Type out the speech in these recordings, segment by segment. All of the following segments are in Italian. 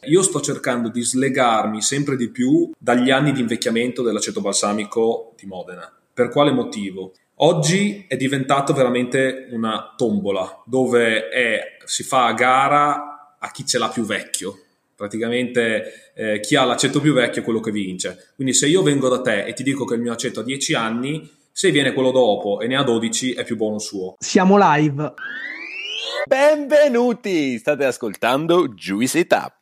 Io sto cercando di slegarmi sempre di più dagli anni di invecchiamento dell'aceto balsamico di Modena. Per quale motivo? Oggi è diventato veramente una tombola dove si fa a gara a chi ce l'ha più vecchio. Praticamente chi ha l'aceto più vecchio è quello che vince. Quindi se io vengo da te e ti dico che il mio aceto ha 10 anni, se viene quello dopo e ne ha 12 è più buono il suo. Siamo live. Benvenuti! State ascoltando Juice It Up.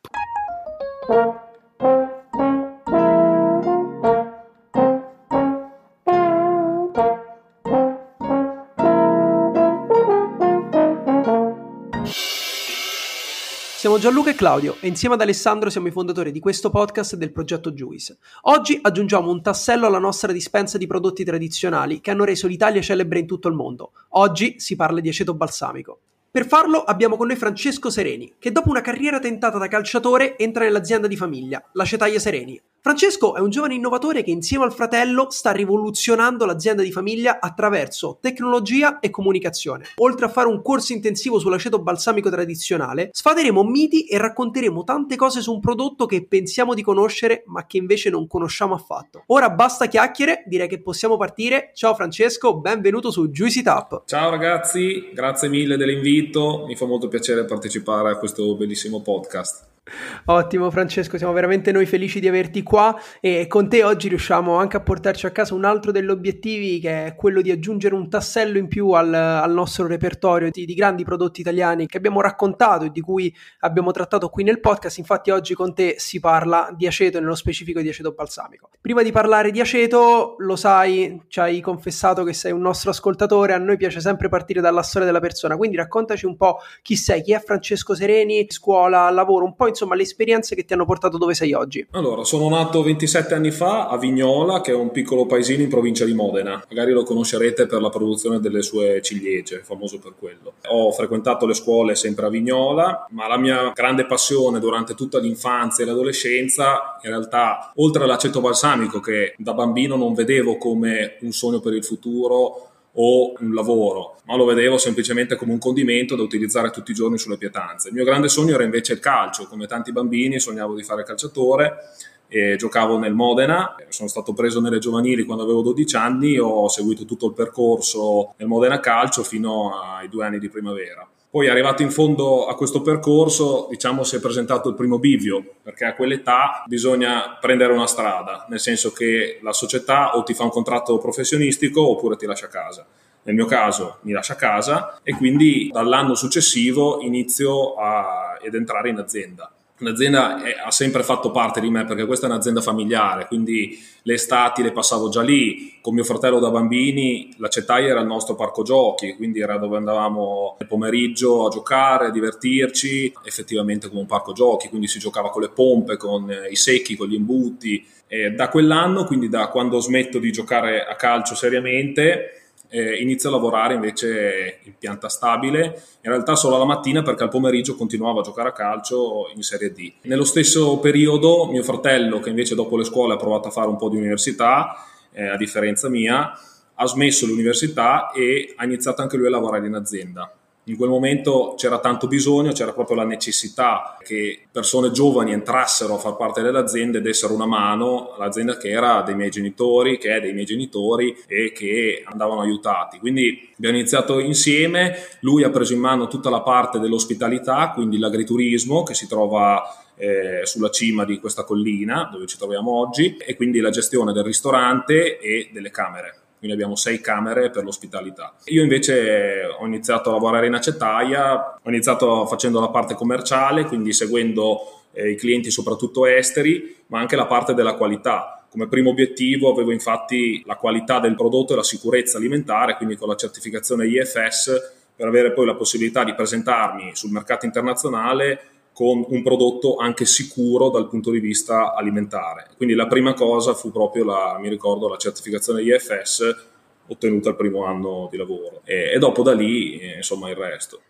Siamo Gianluca e Claudio e insieme ad Alessandro siamo i fondatori di questo podcast e del progetto Juice. Oggi aggiungiamo un tassello alla nostra dispensa di prodotti tradizionali che hanno reso l'Italia celebre in tutto il mondo. Oggi si parla di aceto balsamico. Per farlo abbiamo con noi Francesco Sereni, che dopo una carriera tentata da calciatore entra nell'azienda di famiglia, l'Acetaia Sereni. Francesco è un giovane innovatore che insieme al fratello sta rivoluzionando l'azienda di famiglia attraverso tecnologia e comunicazione. Oltre a fare un corso intensivo sull'aceto balsamico tradizionale, sfaderemo miti e racconteremo tante cose su un prodotto che pensiamo di conoscere ma che invece non conosciamo affatto. Ora basta chiacchiere, direi che possiamo partire. Ciao Francesco, benvenuto su Juice It Up. Ciao ragazzi, grazie mille dell'invito, mi fa molto piacere partecipare a questo bellissimo podcast. Ottimo Francesco, siamo veramente noi felici di averti qua e con te oggi riusciamo anche a portarci a casa un altro degli obiettivi, che è quello di aggiungere un tassello in più al nostro repertorio di grandi prodotti italiani che abbiamo raccontato e di cui abbiamo trattato qui nel podcast. Infatti oggi con te si parla di aceto e nello specifico di aceto balsamico. Prima di parlare di aceto, lo sai, ci hai confessato che sei un nostro ascoltatore, a noi piace sempre partire dalla storia della persona, quindi raccontaci un po' chi sei, chi è Francesco Sereni, scuola, lavoro, un po' insomma le esperienze che ti hanno portato dove sei oggi. Allora, sono nato 27 anni fa a Vignola, che è un piccolo paesino in provincia di Modena. Magari lo conoscerete per la produzione delle sue ciliegie, famoso per quello. Ho frequentato le scuole sempre a Vignola, ma la mia grande passione durante tutta l'infanzia e l'adolescenza, in realtà, oltre all'aceto balsamico, che da bambino non vedevo come un sogno per il futuro o un lavoro, ma lo vedevo semplicemente come un condimento da utilizzare tutti i giorni sulle pietanze. Il mio grande sogno era invece il calcio. Come tanti bambini sognavo di fare calciatore e giocavo nel Modena. Sono stato preso nelle giovanili quando avevo 12 anni, ho seguito tutto il percorso nel Modena Calcio fino ai 2 anni di primavera. Poi arrivato in fondo a questo percorso, diciamo, si è presentato il primo bivio, perché a quell'età bisogna prendere una strada, nel senso che la società o ti fa un contratto professionistico oppure ti lascia a casa. Nel mio caso mi lascia a casa e quindi dall'anno successivo inizio ad entrare in azienda. L'azienda ha sempre fatto parte di me perché questa è un'azienda familiare, quindi le estati le passavo già lì. Con mio fratello da bambini l'Acetaia era il nostro parco giochi, quindi era dove andavamo nel pomeriggio a giocare, a divertirci, effettivamente come un parco giochi, quindi si giocava con le pompe, con i secchi, con gli imbuti. E da quell'anno, quindi da quando smetto di giocare a calcio seriamente, inizio a lavorare invece in pianta stabile, in realtà solo la mattina, perché al pomeriggio continuavo a giocare a calcio in Serie D. Nello stesso periodo mio fratello, che invece dopo le scuole ha provato a fare un po' di università, a differenza mia, ha smesso l'università e ha iniziato anche lui a lavorare in azienda. In quel momento c'era tanto bisogno, c'era proprio la necessità che persone giovani entrassero a far parte dell'azienda e dessero una mano all'azienda che era dei miei genitori, che è dei miei genitori e che andavano aiutati. Quindi abbiamo iniziato insieme, lui ha preso in mano tutta la parte dell'ospitalità, quindi l'agriturismo che si trova sulla cima di questa collina dove ci troviamo oggi, e quindi la gestione del ristorante e delle camere. Quindi abbiamo 6 camere per l'ospitalità. Io invece ho iniziato a lavorare in Acetaia, ho iniziato facendo la parte commerciale, quindi seguendo i clienti soprattutto esteri, ma anche la parte della qualità. Come primo obiettivo avevo infatti la qualità del prodotto e la sicurezza alimentare, quindi con la certificazione IFS, per avere poi la possibilità di presentarmi sul mercato internazionale con un prodotto anche sicuro dal punto di vista alimentare. Quindi la prima cosa fu proprio mi ricordo, la certificazione IFS ottenuta il primo anno di lavoro e dopo da lì insomma il resto.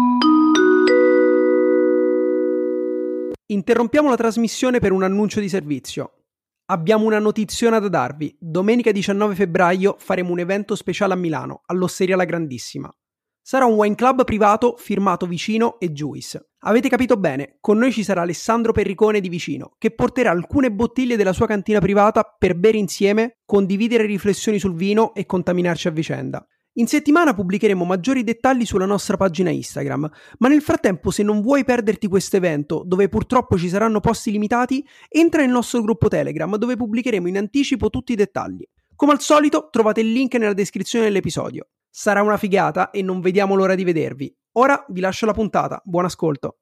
Interrompiamo la trasmissione per un annuncio di servizio. Abbiamo una notiziona da darvi. Domenica 19 febbraio faremo un evento speciale a Milano, all'Osteria La Grandissima. Sarà un wine club privato firmato Vicino e Juice. Avete capito bene, con noi ci sarà Alessandro Perricone di Vicino, che porterà alcune bottiglie della sua cantina privata per bere insieme, condividere riflessioni sul vino e contaminarci a vicenda. In settimana pubblicheremo maggiori dettagli sulla nostra pagina Instagram, ma nel frattempo, se non vuoi perderti questo evento, dove purtroppo ci saranno posti limitati, entra nel nostro gruppo Telegram, dove pubblicheremo in anticipo tutti i dettagli. Come al solito, trovate il link nella descrizione dell'episodio. Sarà una figata e non vediamo l'ora di vedervi. Ora vi lascio la puntata, buon ascolto.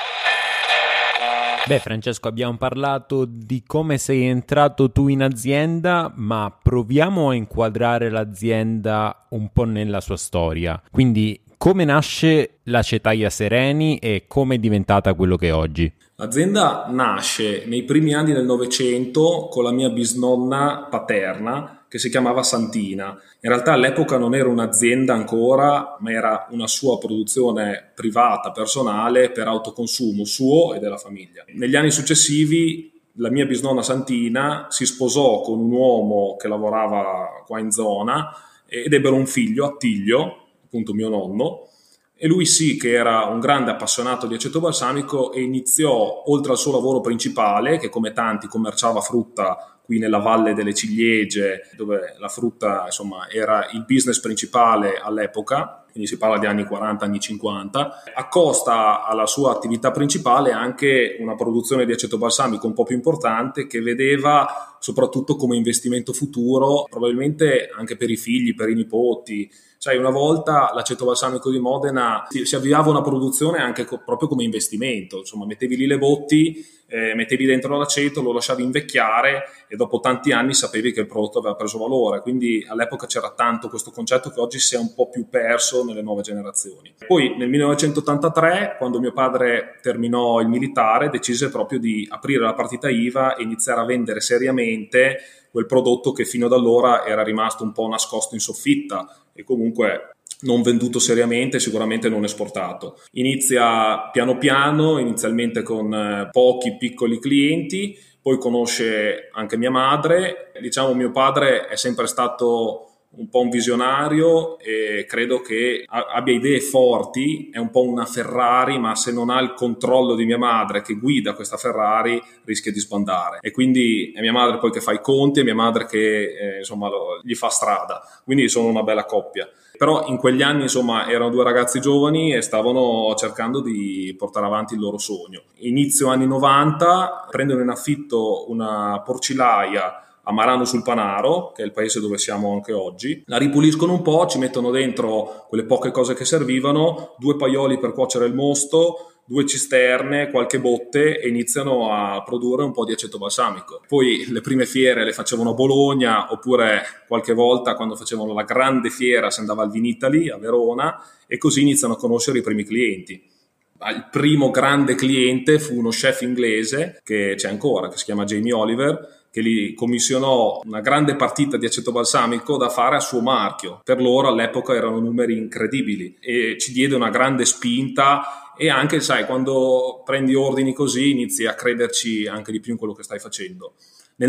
Beh, Francesco, abbiamo parlato di come sei entrato tu in azienda, ma proviamo a inquadrare l'azienda un po' nella sua storia. Quindi, come nasce l'Acetaia Sereni e come è diventata quello che è oggi? L'azienda nasce nei primi anni del Novecento con la mia bisnonna paterna, che si chiamava Santina. In realtà all'epoca non era un'azienda ancora, ma era una sua produzione privata, personale, per autoconsumo suo e della famiglia. Negli anni successivi la mia bisnonna Santina si sposò con un uomo che lavorava qua in zona ed ebbero un figlio, Attilio, appunto mio nonno, e lui sì che era un grande appassionato di aceto balsamico e iniziò, oltre al suo lavoro principale, che come tanti commerciava frutta qui nella Valle delle Ciliegie, dove la frutta insomma era il business principale all'epoca, quindi si parla di anni 40, anni 50, accosta alla sua attività principale anche una produzione di aceto balsamico un po' più importante, che vedeva soprattutto come investimento futuro, probabilmente anche per i figli, per i nipoti. Sai, una volta l'aceto balsamico di Modena si avviava una produzione anche proprio come investimento, insomma mettevi lì le botti, mettevi dentro l'aceto, lo lasciavi invecchiare e dopo tanti anni sapevi che il prodotto aveva preso valore, quindi all'epoca c'era tanto questo concetto che oggi si è un po' più perso nelle nuove generazioni. Poi nel 1983, quando mio padre terminò il militare, decise proprio di aprire la partita IVA e iniziare a vendere seriamente quel prodotto che fino ad allora era rimasto un po' nascosto in soffitta e comunque non venduto seriamente, sicuramente non esportato. Inizia piano piano, inizialmente con pochi piccoli clienti, poi conosce anche mia madre. Diciamo, mio padre è sempre stato un po' un visionario e credo che abbia idee forti, è un po' una Ferrari, ma se non ha il controllo di mia madre che guida questa Ferrari rischia di sbandare, e quindi è mia madre poi che fa i conti e mia madre che insomma gli fa strada, quindi sono una bella coppia. Però in quegli anni insomma erano due ragazzi giovani e stavano cercando di portare avanti il loro sogno. Inizio anni 90 prendono in affitto una porcilaia a Marano sul Panaro, che è il paese dove siamo anche oggi, la ripuliscono un po', ci mettono dentro quelle poche cose che servivano, 2 paioli per cuocere il mosto, 2 cisterne, qualche botte, e iniziano a produrre un po' di aceto balsamico. Poi le prime fiere le facevano a Bologna, oppure qualche volta quando facevano la grande fiera si andava al Vinitaly a Verona, e così iniziano a conoscere i primi clienti. Il primo grande cliente fu uno chef inglese, che c'è ancora, che si chiama Jamie Oliver, che gli commissionò una grande partita di aceto balsamico da fare a suo marchio. Per loro all'epoca erano numeri incredibili e ci diede una grande spinta, e anche, sai, quando prendi ordini così inizi a crederci anche di più in quello che stai facendo. Nel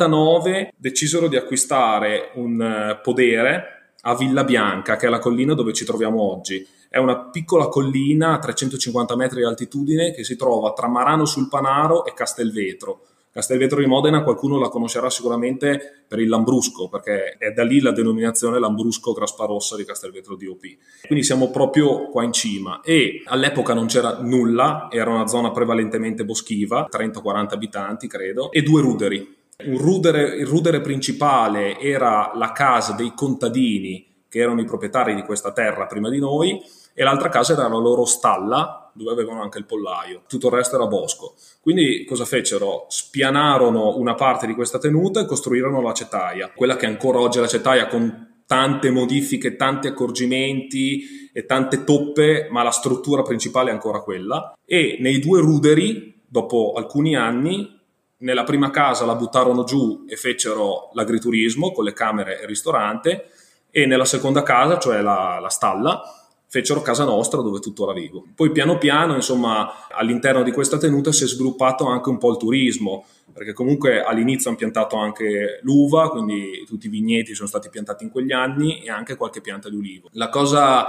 99 decisero di acquistare un podere a Villa Bianca, che è la collina dove ci troviamo oggi. È una piccola collina a 350 metri di altitudine che si trova tra Marano sul Panaro e Castelvetro. Castelvetro di Modena qualcuno la conoscerà sicuramente per il Lambrusco, perché è da lì la denominazione Lambrusco Grasparossa di Castelvetro DOP. Quindi siamo proprio qua in cima, e all'epoca non c'era nulla, era una zona prevalentemente boschiva, 30-40 abitanti credo, e 2 ruderi. Il rudere principale era la casa dei contadini, che erano i proprietari di questa terra prima di noi, e l'altra casa era la loro stalla, dove avevano anche il pollaio. Tutto il resto era bosco. Quindi cosa fecero? Spianarono una parte di questa tenuta e costruirono l'acetaia, quella che ancora oggi è l'acetaia, con tante modifiche, tanti accorgimenti e tante toppe, ma la struttura principale è ancora quella. E nei 2 ruderi, dopo alcuni anni, nella prima casa la buttarono giù e fecero l'agriturismo con le camere e il ristorante, e nella seconda casa, cioè la stalla, fecero casa nostra, dove tuttora vivo. Poi piano piano, insomma, all'interno di questa tenuta si è sviluppato anche un po' il turismo, perché comunque all'inizio hanno piantato anche l'uva, quindi tutti i vigneti sono stati piantati in quegli anni, e anche qualche pianta di ulivo. La cosa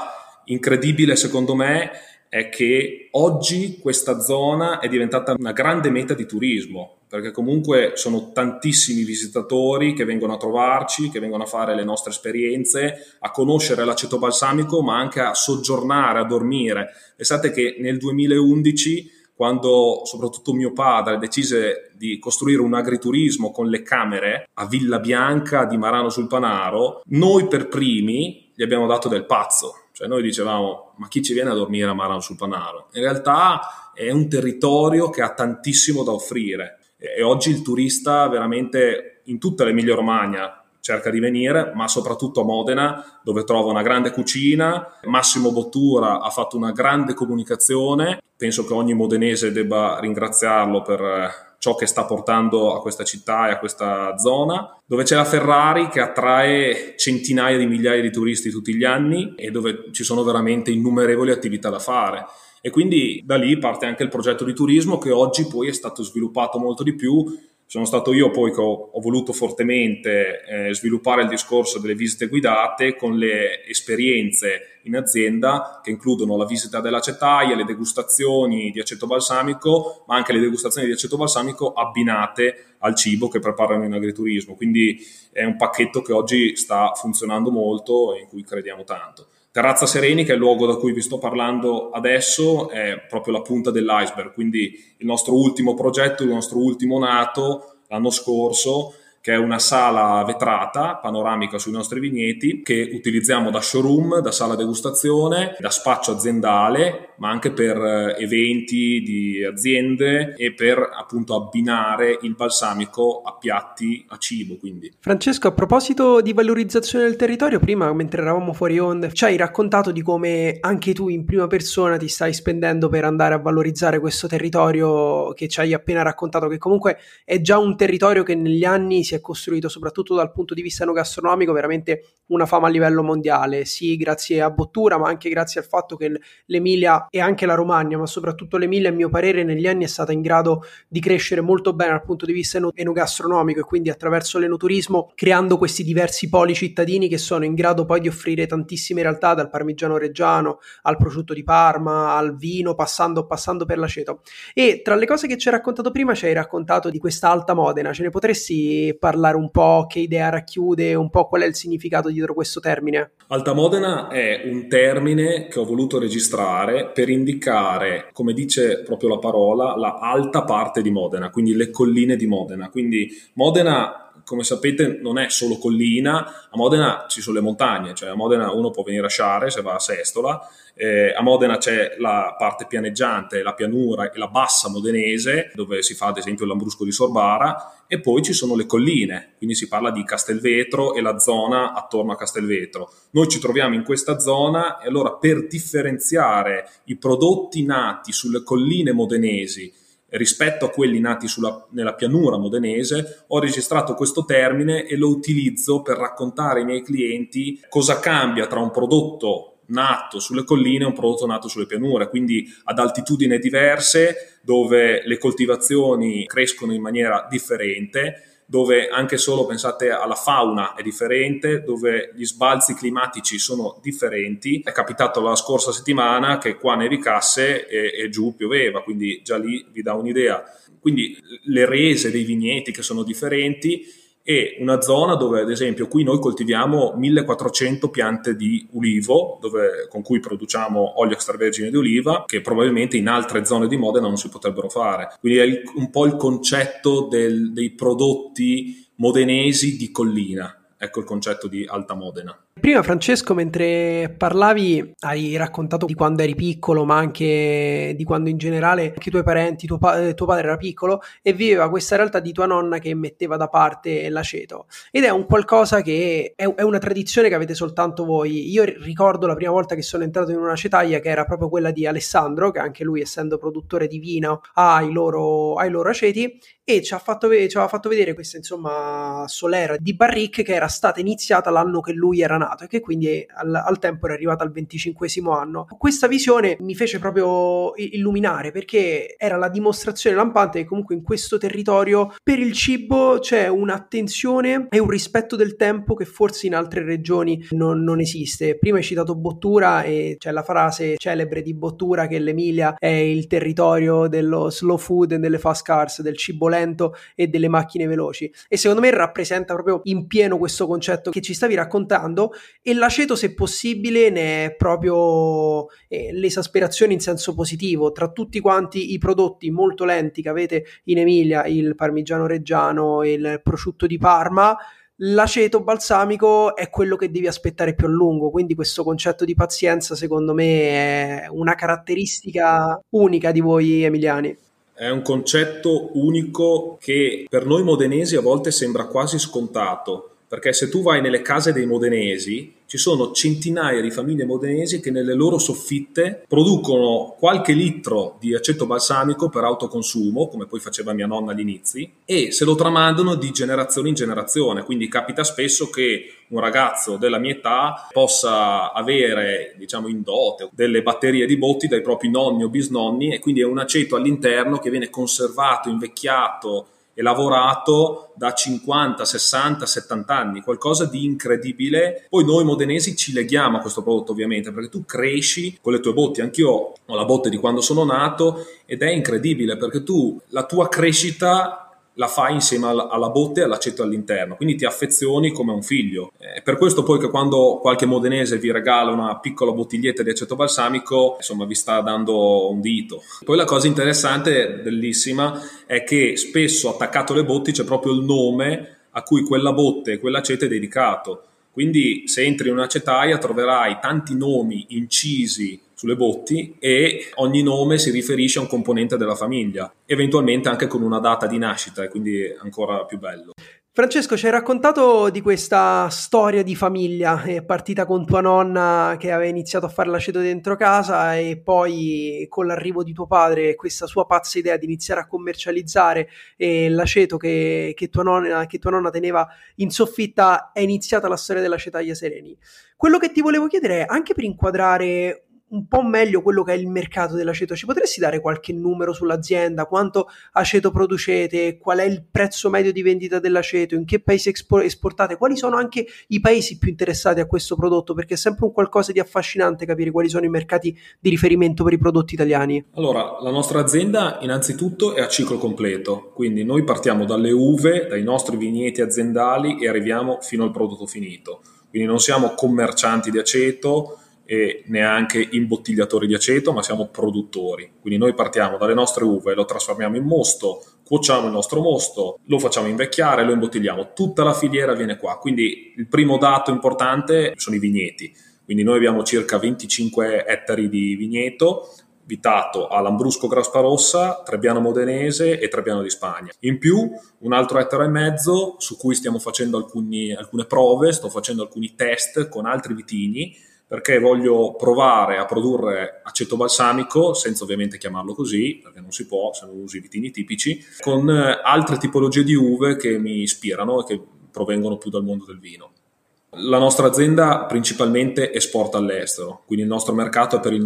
incredibile secondo me è che oggi questa zona è diventata una grande meta di turismo, perché comunque sono tantissimi visitatori che vengono a trovarci, che vengono a fare le nostre esperienze, a conoscere l'aceto balsamico, ma anche a soggiornare, a dormire. Pensate che nel 2011, quando soprattutto mio padre decise di costruire un agriturismo con le camere a Villa Bianca di Marano sul Panaro, noi per primi gli abbiamo dato del pazzo. Cioè noi dicevamo, ma chi ci viene a dormire a Marano sul Panaro? In realtà è un territorio che ha tantissimo da offrire e oggi il turista veramente in tutta l'Emilia Romagna cerca di venire, ma soprattutto a Modena, dove trova una grande cucina. Massimo Bottura ha fatto una grande comunicazione, penso che ogni modenese debba ringraziarlo per ciò che sta portando a questa città e a questa zona, dove c'è la Ferrari che attrae centinaia di migliaia di turisti tutti gli anni e dove ci sono veramente innumerevoli attività da fare. E quindi da lì parte anche il progetto di turismo, che oggi poi è stato sviluppato molto di più. Sono stato io poi che ho voluto fortemente sviluppare il discorso delle visite guidate con le esperienze in azienda che includono la visita della acetaia, le degustazioni di aceto balsamico, ma anche le degustazioni di aceto balsamico abbinate al cibo che preparano in agriturismo. Quindi è un pacchetto che oggi sta funzionando molto e in cui crediamo tanto. Terrazza Sereni, che è il luogo da cui vi sto parlando adesso, è proprio la punta dell'iceberg, quindi il nostro ultimo progetto, il nostro ultimo nato l'anno scorso, che è una sala vetrata panoramica sui nostri vigneti che utilizziamo da showroom, da sala degustazione, da spaccio aziendale, ma anche per eventi di aziende e per appunto abbinare il balsamico a piatti, a cibo. Quindi. Francesco, a proposito di valorizzazione del territorio, prima mentre eravamo fuori onda ci hai raccontato di come anche tu in prima persona ti stai spendendo per andare a valorizzare questo territorio che ci hai appena raccontato, che comunque è già un territorio che negli anni si è costruito, soprattutto dal punto di vista enogastronomico, veramente una fama a livello mondiale, sì grazie a Bottura, ma anche grazie al fatto che l'Emilia e anche la Romagna, ma soprattutto l'Emilia, a mio parere, negli anni è stata in grado di crescere molto bene dal punto di vista enogastronomico e quindi attraverso l'enoturismo, creando questi diversi poli cittadini che sono in grado poi di offrire tantissime realtà, dal parmigiano reggiano al prosciutto di Parma, al vino, passando per l'aceto. E tra le cose che ci hai raccontato prima, ci hai raccontato di questa Alta Modena. Ce ne potresti parlare un po'? Che idea racchiude? Un po' qual è il significato dietro questo termine? Alta Modena è un termine che ho voluto registrare per indicare, come dice proprio la parola, la alta parte di Modena, quindi le colline di Modena. Quindi Modena, come sapete, non è solo collina. A Modena ci sono le montagne, cioè a Modena uno può venire a sciare se va a Sestola. A Modena c'è la parte pianeggiante, la pianura e la bassa modenese, dove si fa ad esempio il Lambrusco di Sorbara, e poi ci sono le colline, quindi si parla di Castelvetro e la zona attorno a Castelvetro. Noi ci troviamo in questa zona e allora per differenziare i prodotti nati sulle colline modenesi rispetto a quelli nati nella pianura modenese, ho registrato questo termine e lo utilizzo per raccontare ai miei clienti cosa cambia tra un prodotto nato sulle colline e un prodotto nato sulle pianure, quindi ad altitudini diverse, dove le coltivazioni crescono in maniera differente, dove anche solo pensate alla fauna è differente, dove gli sbalzi climatici sono differenti. È capitato la scorsa settimana che qua nevicasse e giù pioveva, quindi già lì vi dà un'idea. Quindi le rese dei vigneti che sono differenti, e una zona dove ad esempio qui noi coltiviamo 1400 piante di ulivo con cui produciamo olio extravergine di oliva, che probabilmente in altre zone di Modena non si potrebbero fare. Quindi è un po' il concetto dei prodotti modenesi di collina. Ecco il concetto di Alta Modena. Prima, Francesco, mentre parlavi, hai raccontato di quando eri piccolo, ma anche di quando in generale anche i tuoi parenti, tuo padre era piccolo e viveva questa realtà di tua nonna che metteva da parte l'aceto. Ed è un qualcosa che è una tradizione che avete soltanto voi. Io ricordo la prima volta che sono entrato in una acetaia, che era proprio quella di Alessandro, che anche lui, essendo produttore di vino, ha i loro aceti, e ci aveva fatto vedere questa, insomma, solera di barrique che era stata iniziata l'anno che lui era nato. nato e che quindi al tempo era arrivata al 25esimo anno. Questa visione mi fece proprio illuminare, perché era la dimostrazione lampante che comunque in questo territorio per il cibo c'è un'attenzione e un rispetto del tempo che forse in altre regioni non esiste. Prima hai citato Bottura e c'è la frase celebre di Bottura che l'Emilia è il territorio dello slow food e delle fast cars, del cibo lento e delle macchine veloci, e secondo me rappresenta proprio in pieno questo concetto che ci stavi raccontando, e l'aceto, se possibile, ne è proprio l'esasperazione in senso positivo. Tra tutti quanti i prodotti molto lenti che avete in Emilia, il parmigiano reggiano, il prosciutto di Parma, l'aceto balsamico è quello che devi aspettare più a lungo, quindi questo concetto di pazienza secondo me è una caratteristica unica di voi emiliani. È un concetto unico che per noi modenesi a volte sembra quasi scontato, perché se tu vai nelle case dei modenesi ci sono centinaia di famiglie modenesi che nelle loro soffitte producono qualche litro di aceto balsamico per autoconsumo, come poi faceva mia nonna agli inizi, e se lo tramandano di generazione in generazione. Quindi capita spesso che un ragazzo della mia età possa avere, diciamo, in dote delle batterie di botti dai propri nonni o bisnonni, e quindi è un aceto all'interno che viene conservato, invecchiato e lavorato da 50, 60, 70 anni, qualcosa di incredibile. Poi noi modenesi ci leghiamo a questo prodotto, ovviamente, perché tu cresci con le tue botti. Anch'io ho la botte di quando sono nato ed è incredibile perché tu la tua crescita la fai insieme alla botte e all'aceto all'interno, quindi ti affezioni come un figlio. È per questo poi che quando qualche modenese vi regala una piccola bottiglietta di aceto balsamico, insomma, vi sta dando un dito. Poi la cosa interessante, bellissima, è che spesso attaccato alle botti c'è proprio il nome a cui quella botte e quell'aceto è dedicato. Quindi se entri in un'acetaia troverai tanti nomi incisi sulle botti e ogni nome si riferisce a un componente della famiglia, eventualmente anche con una data di nascita, e quindi è ancora più bello. Francesco, ci hai raccontato di questa storia di famiglia, è partita con tua nonna che aveva iniziato a fare l'aceto dentro casa e poi con l'arrivo di tuo padre questa sua pazza idea di iniziare a commercializzare l'aceto che tua nonna teneva in soffitta, è iniziata la storia dell'Acetaia Sereni. Quello che ti volevo chiedere è, anche per inquadrare un po' meglio quello che è il mercato dell'aceto, ci potresti dare qualche numero sull'azienda? Quanto aceto producete? Qual è il prezzo medio di vendita dell'aceto? In che paesi esportate? Quali sono anche i paesi più interessati a questo prodotto? Perché è sempre un qualcosa di affascinante capire quali sono i mercati di riferimento per i prodotti italiani. Allora, la nostra azienda innanzitutto è a ciclo completo, quindi noi partiamo dalle uve, dai nostri vigneti aziendali e arriviamo fino al prodotto finito. Quindi non siamo commercianti di aceto e neanche imbottigliatori di aceto, ma siamo produttori. Quindi noi partiamo dalle nostre uve, lo trasformiamo in mosto, cuociamo il nostro mosto, lo facciamo invecchiare, lo imbottigliamo. Tutta la filiera viene qua. Quindi il primo dato importante sono i vigneti. Quindi noi abbiamo circa 25 ettari di vigneto, vitato a Lambrusco Grasparossa, Trebbiano Modenese e Trebbiano di Spagna. In più un altro ettaro e mezzo su cui stiamo facendo alcune prove, sto facendo alcuni test con altri vitigni, perché voglio provare a produrre aceto balsamico, senza ovviamente chiamarlo così, perché non si può se non usi i vitigni tipici, con altre tipologie di uve che mi ispirano e che provengono più dal mondo del vino. La nostra azienda principalmente esporta all'estero, quindi il nostro mercato è per il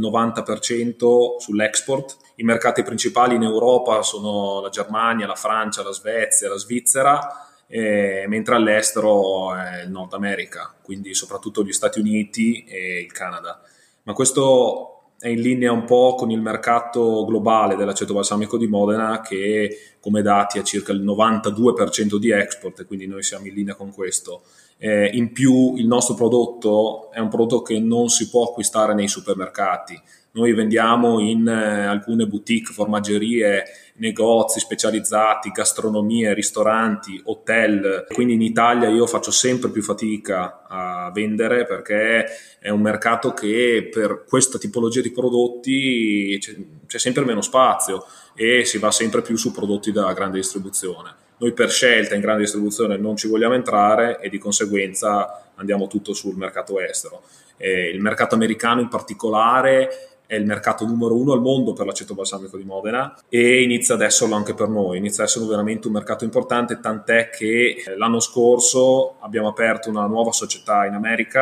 90% sull'export. I mercati principali in Europa sono la Germania, la Francia, la Svezia, la Svizzera, mentre all'estero è il Nord America, quindi soprattutto gli Stati Uniti e il Canada. Ma questo è in linea un po' con il mercato globale dell'aceto balsamico di Modena, che come dati ha circa il 92% di export, e quindi noi siamo in linea con questo. In più il nostro prodotto è un prodotto che non si può acquistare nei supermercati. Noi vendiamo in alcune boutique, formaggerie, negozi specializzati, gastronomie, ristoranti, hotel. Quindi in Italia io faccio sempre più fatica a vendere, perché è un mercato che per questa tipologia di prodotti c'è sempre meno spazio e si va sempre più su prodotti da grande distribuzione. Noi per scelta in grande distribuzione non ci vogliamo entrare e di conseguenza andiamo tutto sul mercato estero. Il mercato americano in particolare è il mercato numero 1 al mondo per l'aceto balsamico di Modena e inizia ad esserlo anche per noi, inizia ad essere veramente un mercato importante, tant'è che l'anno scorso abbiamo aperto una nuova società in America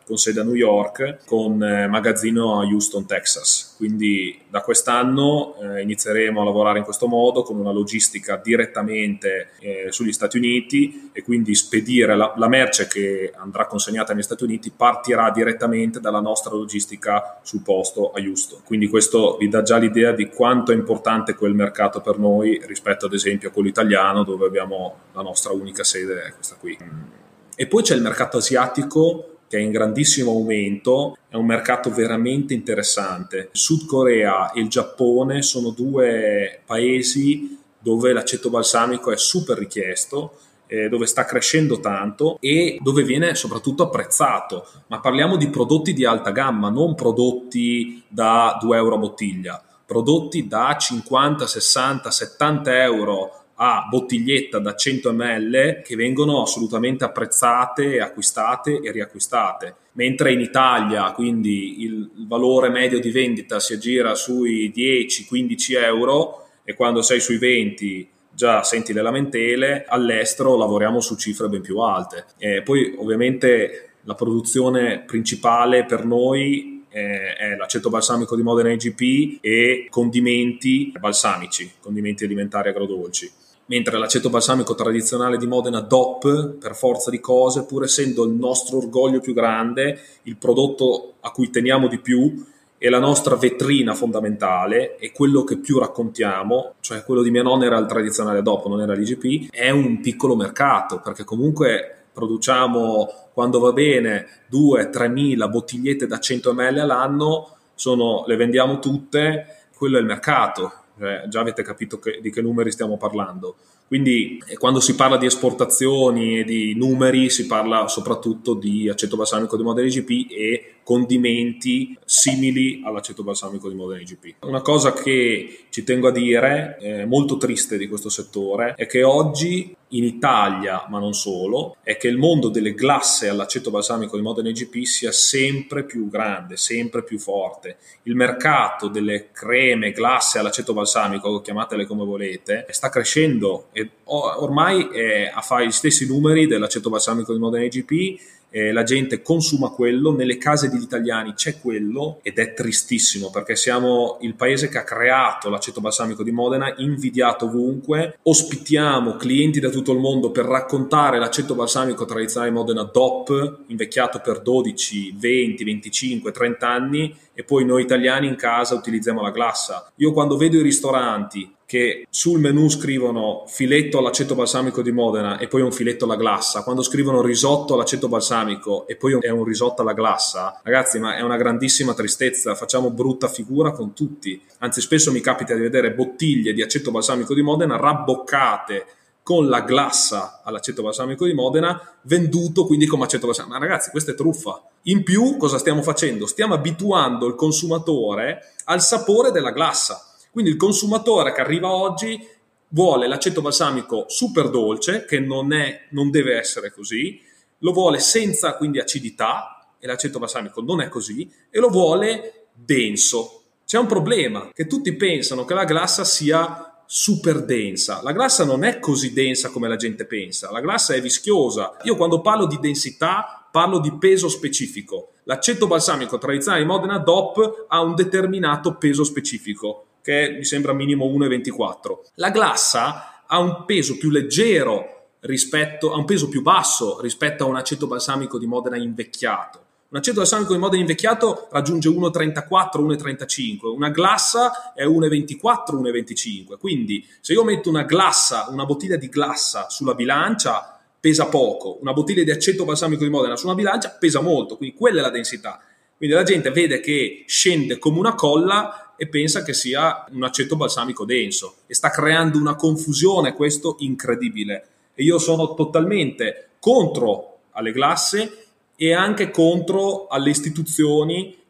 con sede a New York, con magazzino a Houston, Texas. Quindi da quest'anno inizieremo a lavorare in questo modo, con una logistica direttamente sugli Stati Uniti, e quindi spedire la merce che andrà consegnata negli Stati Uniti partirà direttamente dalla nostra logistica sul posto a Houston. Quindi questo vi dà già l'idea di quanto è importante quel mercato per noi rispetto ad esempio a quello italiano, dove abbiamo la nostra unica sede, questa qui. E poi c'è il mercato asiatico, che è in grandissimo aumento, è un mercato veramente interessante. Il Sud Corea e il Giappone sono due paesi dove l'aceto balsamico è super richiesto, dove sta crescendo tanto e dove viene soprattutto apprezzato. Ma parliamo di prodotti di alta gamma, non prodotti da 2 euro a bottiglia, prodotti da 50, 60, 70 euro a bottiglietta da 100 ml, che vengono assolutamente apprezzate, acquistate e riacquistate. Mentre in Italia, quindi il valore medio di vendita si aggira sui 10-15 euro, e quando sei sui 20 già senti le lamentele, all'estero lavoriamo su cifre ben più alte. Poi ovviamente la produzione principale per noi è l'aceto balsamico di Modena IGP e condimenti balsamici, condimenti alimentari agrodolci. Mentre l'aceto balsamico tradizionale di Modena DOP, per forza di cose, pur essendo il nostro orgoglio più grande, il prodotto a cui teniamo di più e la nostra vetrina fondamentale, e quello che più raccontiamo, cioè quello di mia nonna era il tradizionale DOP, non era l'IGP, è un piccolo mercato, perché comunque produciamo, quando va bene, 2-3 mila bottigliette da 100 ml all'anno, le vendiamo tutte, quello è il mercato. Già avete capito di che numeri stiamo parlando. Quindi quando si parla di esportazioni e di numeri si parla soprattutto di aceto balsamico di Modena IGP e condimenti simili all'aceto balsamico di Modena IGP. Una cosa che ci tengo a dire, molto triste di questo settore, è che oggi in Italia, ma non solo, è che il mondo delle glasse all'aceto balsamico di Modena IGP sia sempre più grande, sempre più forte. Il mercato delle creme, glasse all'aceto balsamico, chiamatele come volete, sta crescendo e ormai fa gli stessi numeri dell'aceto balsamico di Modena IGP. La gente consuma quello, nelle case degli italiani c'è quello, ed è tristissimo perché siamo il paese che ha creato l'aceto balsamico di Modena, invidiato ovunque. Ospitiamo clienti da tutto il mondo per raccontare l'aceto balsamico tradizionale di Modena DOP, invecchiato per 12, 20, 25, 30 anni, e poi noi italiani in casa utilizziamo la glassa. Io quando vedo i ristoranti che sul menù scrivono filetto all'aceto balsamico di Modena e poi un filetto alla glassa, quando scrivono risotto all'aceto balsamico e poi è un risotto alla glassa, ragazzi, ma è una grandissima tristezza, facciamo brutta figura con tutti. Anzi, spesso mi capita di vedere bottiglie di aceto balsamico di Modena rabboccate con la glassa all'aceto balsamico di Modena, venduto quindi come aceto balsamico. Ma ragazzi, questa è truffa. In più, cosa stiamo facendo? Stiamo abituando il consumatore al sapore della glassa. Quindi il consumatore che arriva oggi vuole l'aceto balsamico super dolce, che non deve essere così, lo vuole senza quindi acidità, e l'aceto balsamico non è così, e lo vuole denso. C'è un problema, che tutti pensano che la glassa sia super densa. La glassa non è così densa come la gente pensa, la glassa è vischiosa. Io quando parlo di densità parlo di peso specifico. L'aceto balsamico tradizionale di Modena DOP ha un determinato peso specifico, che mi sembra minimo 1,24. La glassa ha un peso più leggero a un peso più basso rispetto a un aceto balsamico di Modena invecchiato. Un aceto balsamico di Modena invecchiato raggiunge 1,34, 1,35, una glassa è 1,24, 1,25. Quindi se io metto una bottiglia di glassa sulla bilancia, pesa poco. Una bottiglia di aceto balsamico di Modena su una bilancia pesa molto, quindi quella è la densità. Quindi la gente vede che scende come una colla e pensa che sia un aceto balsamico denso, e sta creando una confusione, questo incredibile. E io sono totalmente contro alle glasse e anche contro alle istituzioni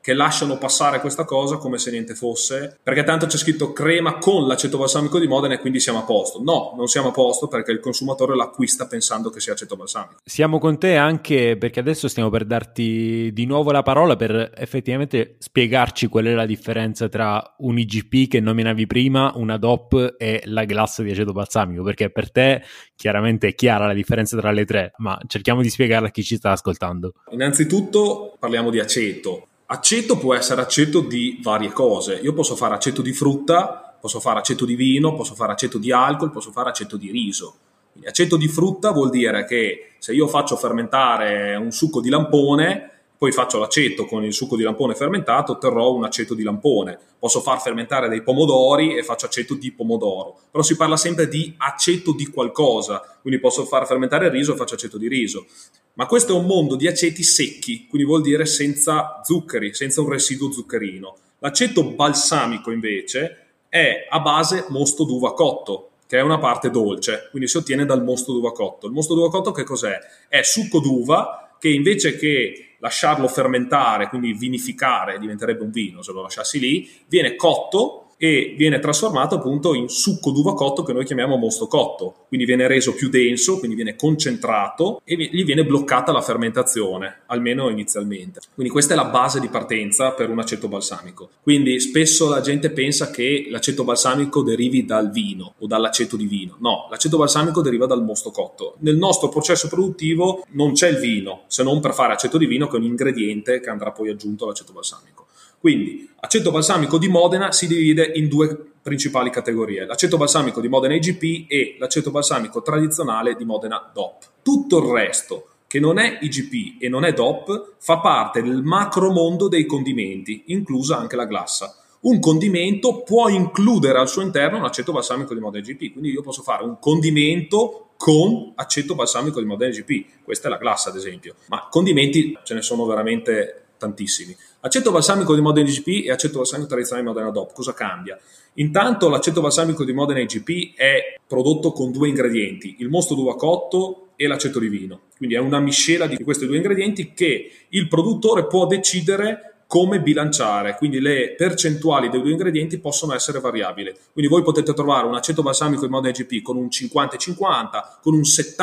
che lasciano passare questa cosa come se niente fosse, perché tanto c'è scritto crema con l'aceto balsamico di Modena e quindi siamo a posto. No, non siamo a posto, perché il consumatore l'acquista pensando che sia aceto balsamico. Siamo con te anche perché adesso stiamo per darti di nuovo la parola per effettivamente spiegarci qual è la differenza tra un IGP che nominavi prima, una DOP e la glassa di aceto balsamico, perché per te chiaramente è chiara la differenza tra le tre, ma cerchiamo di spiegarla a chi ci sta ascoltando. Innanzitutto parliamo di aceto. Aceto può essere aceto di varie cose. Io posso fare aceto di frutta, posso fare aceto di vino, posso fare aceto di alcol, posso fare aceto di riso. Quindi aceto di frutta vuol dire che se io faccio fermentare un succo di lampone, poi faccio l'aceto con il succo di lampone fermentato, otterrò un aceto di lampone. Posso far fermentare dei pomodori e faccio aceto di pomodoro. Però si parla sempre di aceto di qualcosa, quindi posso far fermentare il riso e faccio aceto di riso. Ma questo è un mondo di aceti secchi, quindi vuol dire senza zuccheri, senza un residuo zuccherino. L'aceto balsamico invece è a base mosto d'uva cotto, che è una parte dolce, quindi si ottiene dal mosto d'uva cotto. Il mosto d'uva cotto che cos'è? È succo d'uva che invece che lasciarlo fermentare, quindi vinificare, diventerebbe un vino se lo lasciassi lì, viene cotto e viene trasformato appunto in succo d'uva cotto che noi chiamiamo mosto cotto, quindi viene reso più denso, quindi viene concentrato e gli viene bloccata la fermentazione, almeno inizialmente. Quindi questa è la base di partenza per un aceto balsamico. Quindi spesso la gente pensa che l'aceto balsamico derivi dal vino o dall'aceto di vino. No, l'aceto balsamico deriva dal mosto cotto. Nel nostro processo produttivo non c'è il vino, se non per fare aceto di vino, che è un ingrediente che andrà poi aggiunto all'aceto balsamico. Quindi aceto balsamico di Modena si divide in due principali categorie: l'aceto balsamico di Modena IGP e l'aceto balsamico tradizionale di Modena DOP. Tutto il resto che non è IGP e non è DOP fa parte del macro mondo dei condimenti, inclusa anche la glassa. Un condimento può includere al suo interno un aceto balsamico di Modena IGP, quindi io posso fare un condimento con aceto balsamico di Modena IGP, questa è la glassa ad esempio, ma condimenti ce ne sono veramente tantissimi. Aceto balsamico di Modena IGP e aceto balsamico tradizionale di Modena DOP, cosa cambia? Intanto l'aceto balsamico di Modena IGP è prodotto con due ingredienti, il mosto d'uva cotto e l'aceto di vino, quindi è una miscela di questi due ingredienti che il produttore può decidere come bilanciare, quindi le percentuali dei due ingredienti possono essere variabili. Quindi voi potete trovare un aceto balsamico di Modena IGP con un 50-50, con un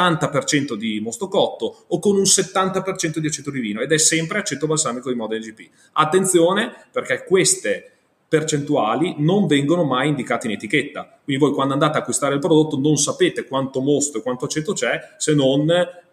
70% di mosto cotto o con un 70% di aceto di vino, ed è sempre aceto balsamico di Modena IGP. Attenzione, perché queste percentuali non vengono mai indicate in etichetta, quindi voi quando andate a acquistare il prodotto non sapete quanto mosto e quanto aceto c'è, se non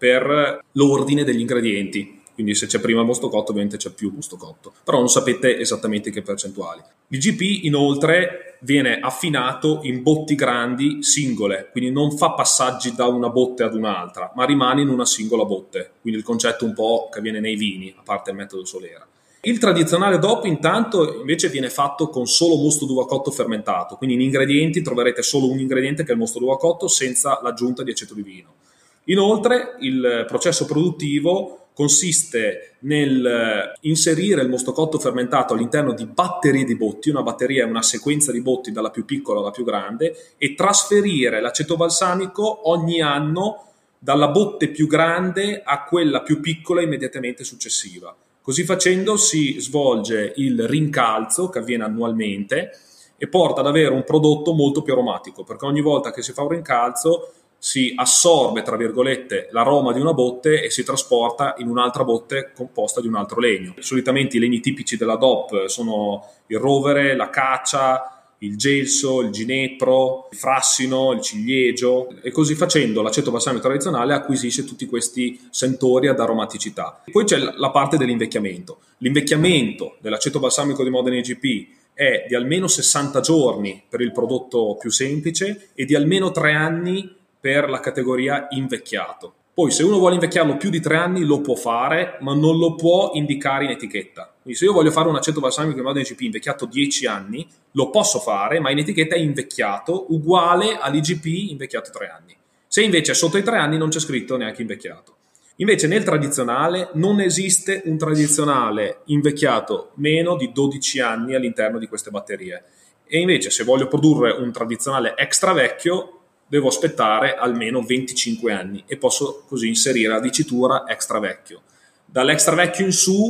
per l'ordine degli ingredienti. Quindi se c'è prima il mosto cotto ovviamente c'è più mosto cotto, però non sapete esattamente che percentuali. L'IGP inoltre viene affinato in botti grandi singole, quindi non fa passaggi da una botte ad un'altra, ma rimane in una singola botte, quindi il concetto un po' che avviene nei vini, a parte il metodo Solera. Il tradizionale DOP intanto invece viene fatto con solo mosto d'uva cotto fermentato, quindi in ingredienti troverete solo un ingrediente che è il mosto d'uva cotto senza l'aggiunta di aceto di vino. Inoltre il processo produttivo consiste nel inserire il mosto cotto fermentato all'interno di batterie di botti, una batteria è una sequenza di botti dalla più piccola alla più grande, e trasferire l'aceto balsamico ogni anno dalla botte più grande a quella più piccola immediatamente successiva. Così facendo si svolge il rincalzo che avviene annualmente e porta ad avere un prodotto molto più aromatico, perché ogni volta che si fa un rincalzo si assorbe, tra virgolette, l'aroma di una botte e si trasporta in un'altra botte composta di un altro legno. Solitamente i legni tipici della DOP sono il rovere, l'acacia, il gelso, il ginepro, il frassino, il ciliegio, e così facendo l'aceto balsamico tradizionale acquisisce tutti questi sentori ad aromaticità. Poi c'è la parte dell'invecchiamento. L'invecchiamento dell'aceto balsamico di Modena IGP è di almeno 60 giorni per il prodotto più semplice e di almeno 3 anni per la categoria invecchiato. Poi se uno vuole invecchiarlo più di 3 anni lo può fare, ma non lo può indicare in etichetta. Quindi se io voglio fare un aceto balsamico di Modena IGP invecchiato 10 anni, lo posso fare, ma in etichetta è invecchiato uguale all'IGP invecchiato 3 anni. Se invece è sotto i 3 anni non c'è scritto neanche invecchiato. Invece nel tradizionale non esiste un tradizionale invecchiato meno di 12 anni all'interno di queste batterie. E invece se voglio produrre un tradizionale extra vecchio devo aspettare almeno 25 anni e posso così inserire la dicitura extra vecchio. Dall'extra vecchio in su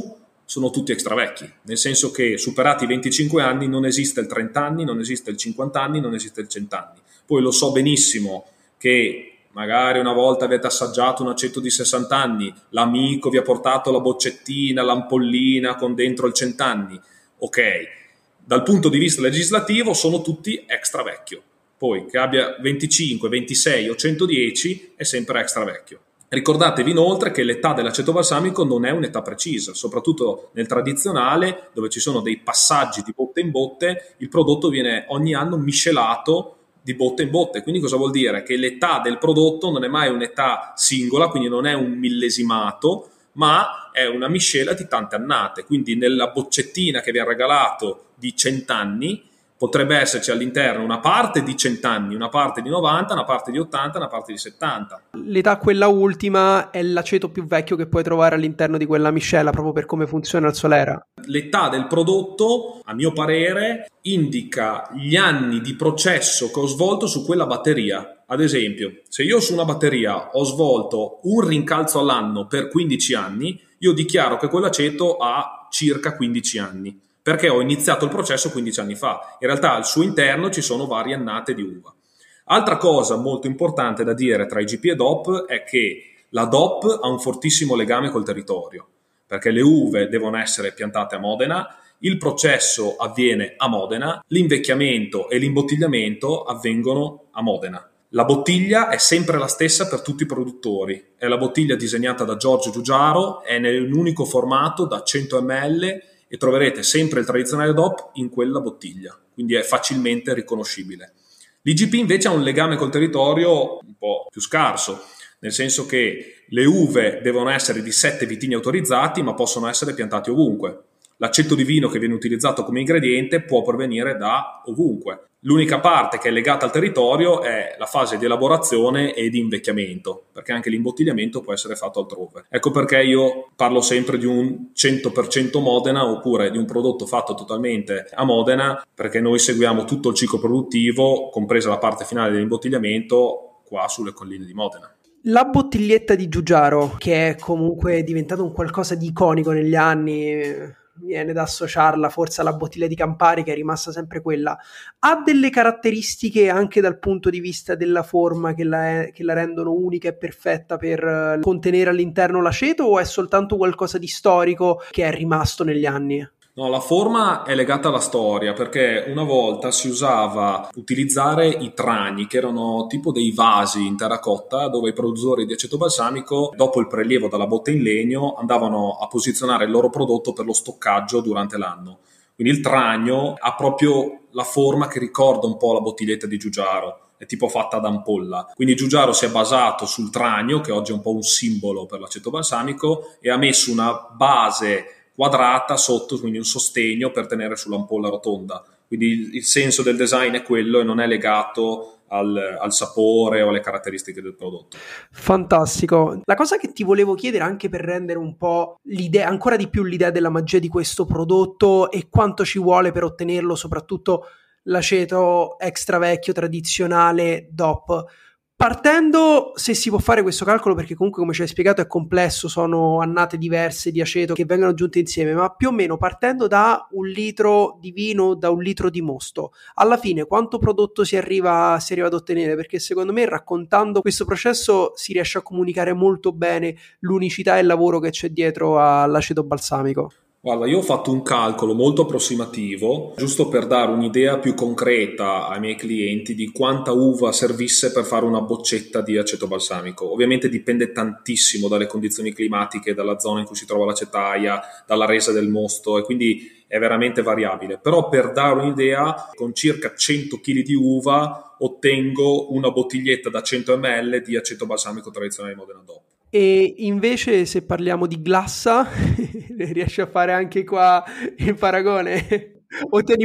sono tutti extra vecchi, nel senso che superati i 25 anni non esiste il 30 anni, non esiste il 50 anni, non esiste il 100 anni. Poi lo so benissimo che magari una volta avete assaggiato un aceto di 60 anni, l'amico vi ha portato la boccettina, l'ampollina con dentro il 100 anni. Ok, dal punto di vista legislativo sono tutti extra vecchio. Poi che abbia 25, 26 o 110 è sempre extra vecchio. Ricordatevi inoltre che l'età dell'aceto balsamico non è un'età precisa, soprattutto nel tradizionale, dove ci sono dei passaggi di botte in botte, il prodotto viene ogni anno miscelato di botte in botte. Quindi cosa vuol dire? Che l'età del prodotto non è mai un'età singola, quindi non è un millesimato, ma è una miscela di tante annate. Quindi nella boccettina che vi ha regalato di 100 anni potrebbe esserci all'interno una parte di 100 anni, una parte di 90, una parte di 80, una parte di 70. L'età quella ultima è l'aceto più vecchio che puoi trovare all'interno di quella miscela, proprio per come funziona il Solera. L'età del prodotto, a mio parere, indica gli anni di processo che ho svolto su quella batteria. Ad esempio, se io su una batteria ho svolto un rincalzo all'anno per 15 anni, io dichiaro che quell'aceto ha circa 15 anni. Perché ho iniziato il processo 15 anni fa. In realtà al suo interno ci sono varie annate di uva. Altra cosa molto importante da dire tra IGP e DOP è che la DOP ha un fortissimo legame col territorio, perché le uve devono essere piantate a Modena, il processo avviene a Modena, l'invecchiamento e l'imbottigliamento avvengono a Modena. La bottiglia è sempre la stessa per tutti i produttori, è la bottiglia disegnata da Giorgio Giugiaro, è in un unico formato da 100 ml e troverete sempre il tradizionale DOP in quella bottiglia, quindi è facilmente riconoscibile. L'IGP invece ha un legame col territorio un po' più scarso, nel senso che le uve devono essere di 7 vitigni autorizzati, ma possono essere piantati ovunque. L'aceto di vino che viene utilizzato come ingrediente può provenire da ovunque. L'unica parte che è legata al territorio è la fase di elaborazione e di invecchiamento, perché anche l'imbottigliamento può essere fatto altrove. Ecco perché io parlo sempre di un 100% Modena oppure di un prodotto fatto totalmente a Modena, perché noi seguiamo tutto il ciclo produttivo, compresa la parte finale dell'imbottigliamento, qua sulle colline di Modena. La bottiglietta di Giugiaro, che è comunque diventato un qualcosa di iconico negli anni, viene da associarla forse alla bottiglia di Campari, che è rimasta sempre quella, ha delle caratteristiche anche dal punto di vista della forma che la rendono unica e perfetta per contenere all'interno l'aceto, o è soltanto qualcosa di storico che è rimasto negli anni? No, la forma è legata alla storia, perché una volta si usava utilizzare i tragni, che erano tipo dei vasi in terracotta, dove i produttori di aceto balsamico, dopo il prelievo dalla botte in legno, andavano a posizionare il loro prodotto per lo stoccaggio durante l'anno. Quindi il tragno ha proprio la forma che ricorda un po' la bottiglietta di Giugiaro, è tipo fatta ad ampolla. Quindi Giugiaro si è basato sul tragno, che oggi è un po' un simbolo per l'aceto balsamico, e ha messo una base quadrata sotto, quindi un sostegno per tenere sull'ampolla rotonda. Quindi il senso del design è quello e non è legato al sapore o alle caratteristiche del prodotto. Fantastico. La cosa che ti volevo chiedere, anche per rendere un po' l'idea, ancora di più l'idea della magia di questo prodotto e quanto ci vuole per ottenerlo, soprattutto l'aceto extra vecchio tradizionale DOP. Partendo, se si può fare questo calcolo, perché comunque come ci hai spiegato è complesso, sono annate diverse di aceto che vengono aggiunte insieme, ma più o meno partendo da 1 litro di vino, da 1 litro di mosto, alla fine quanto prodotto si arriva ad ottenere? Perché secondo me raccontando questo processo si riesce a comunicare molto bene l'unicità e il lavoro che c'è dietro all'aceto balsamico. Guarda, io ho fatto un calcolo molto approssimativo, giusto per dare un'idea più concreta ai miei clienti di quanta uva servisse per fare una boccetta di aceto balsamico. Ovviamente dipende tantissimo dalle condizioni climatiche, dalla zona in cui si trova l'acetaia, dalla resa del mosto, e quindi è veramente variabile. Però per dare un'idea, con circa 100 kg di uva ottengo una bottiglietta da 100 ml di aceto balsamico tradizionale Modena DOP. E invece se parliamo di glassa, riesci a fare anche qua il paragone? Ottieni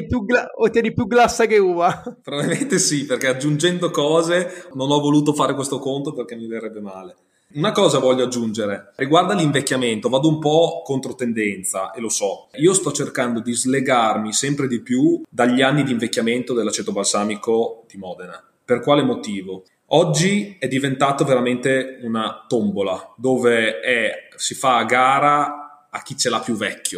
più glassa che uva? Probabilmente sì, perché aggiungendo cose non ho voluto fare questo conto perché mi verrebbe male. Una cosa voglio aggiungere, riguarda l'invecchiamento, vado un po' controtendenza e lo so. Io sto cercando di slegarmi sempre di più dagli anni di invecchiamento dell'aceto balsamico di Modena. Per quale motivo? Oggi è diventato veramente una tombola dove si fa a gara a chi ce l'ha più vecchio.